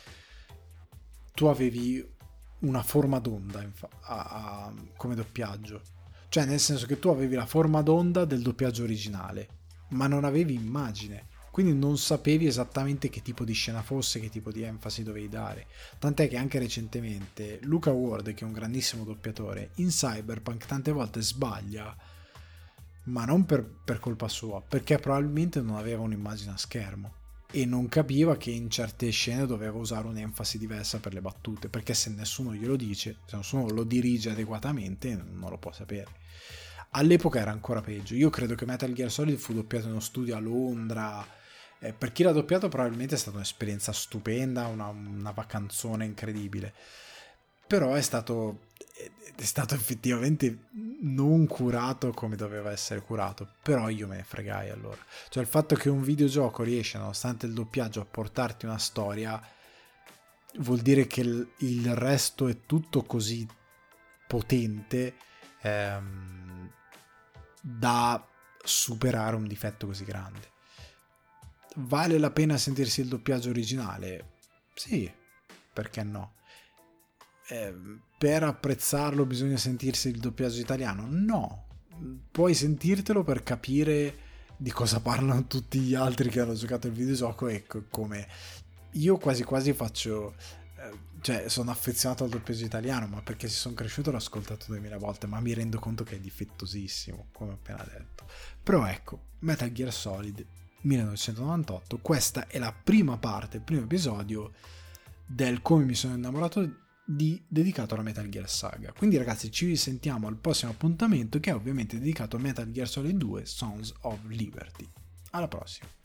S1: tu avevi una forma d'onda come doppiaggio. Cioè, nel senso che tu avevi la forma d'onda del doppiaggio originale, ma non avevi immagine. Quindi non sapevi esattamente che tipo di scena fosse, che tipo di enfasi dovevi dare. Tant'è che anche recentemente Luca Ward, che è un grandissimo doppiatore, in Cyberpunk tante volte sbaglia, ma non per colpa sua, perché probabilmente non aveva un'immagine a schermo e non capiva che in certe scene doveva usare un'enfasi diversa per le battute, perché se nessuno glielo dice, se nessuno lo dirige adeguatamente, non lo può sapere. All'epoca era ancora peggio. Io credo che Metal Gear Solid fu doppiato in uno studio a Londra. Per chi l'ha doppiato probabilmente è stata un'esperienza stupenda, una vacanzone incredibile, però è stato effettivamente non curato come doveva essere curato. Però io me ne fregai allora. Cioè, il fatto che un videogioco riesce, nonostante il doppiaggio, a portarti una storia, vuol dire che il resto è tutto così potente da superare un difetto così grande. Vale la pena sentirsi il doppiaggio originale? Sì, perché no? Per apprezzarlo bisogna sentirsi il doppiaggio italiano? No, puoi sentirtelo per capire di cosa parlano tutti gli altri che hanno giocato il videogioco. Ecco, come io quasi quasi faccio, cioè sono affezionato al doppiaggio italiano, ma perché ci sono cresciuto, l'ho ascoltato 2000 volte, ma mi rendo conto che è difettosissimo, come ho appena detto. Però ecco, Metal Gear Solid 1998, questa è la prima parte, il primo episodio del come mi sono innamorato dedicato alla Metal Gear Saga. Quindi ragazzi, ci risentiamo al prossimo appuntamento, che è ovviamente dedicato a Metal Gear Solid 2 Sons of Liberty. Alla prossima.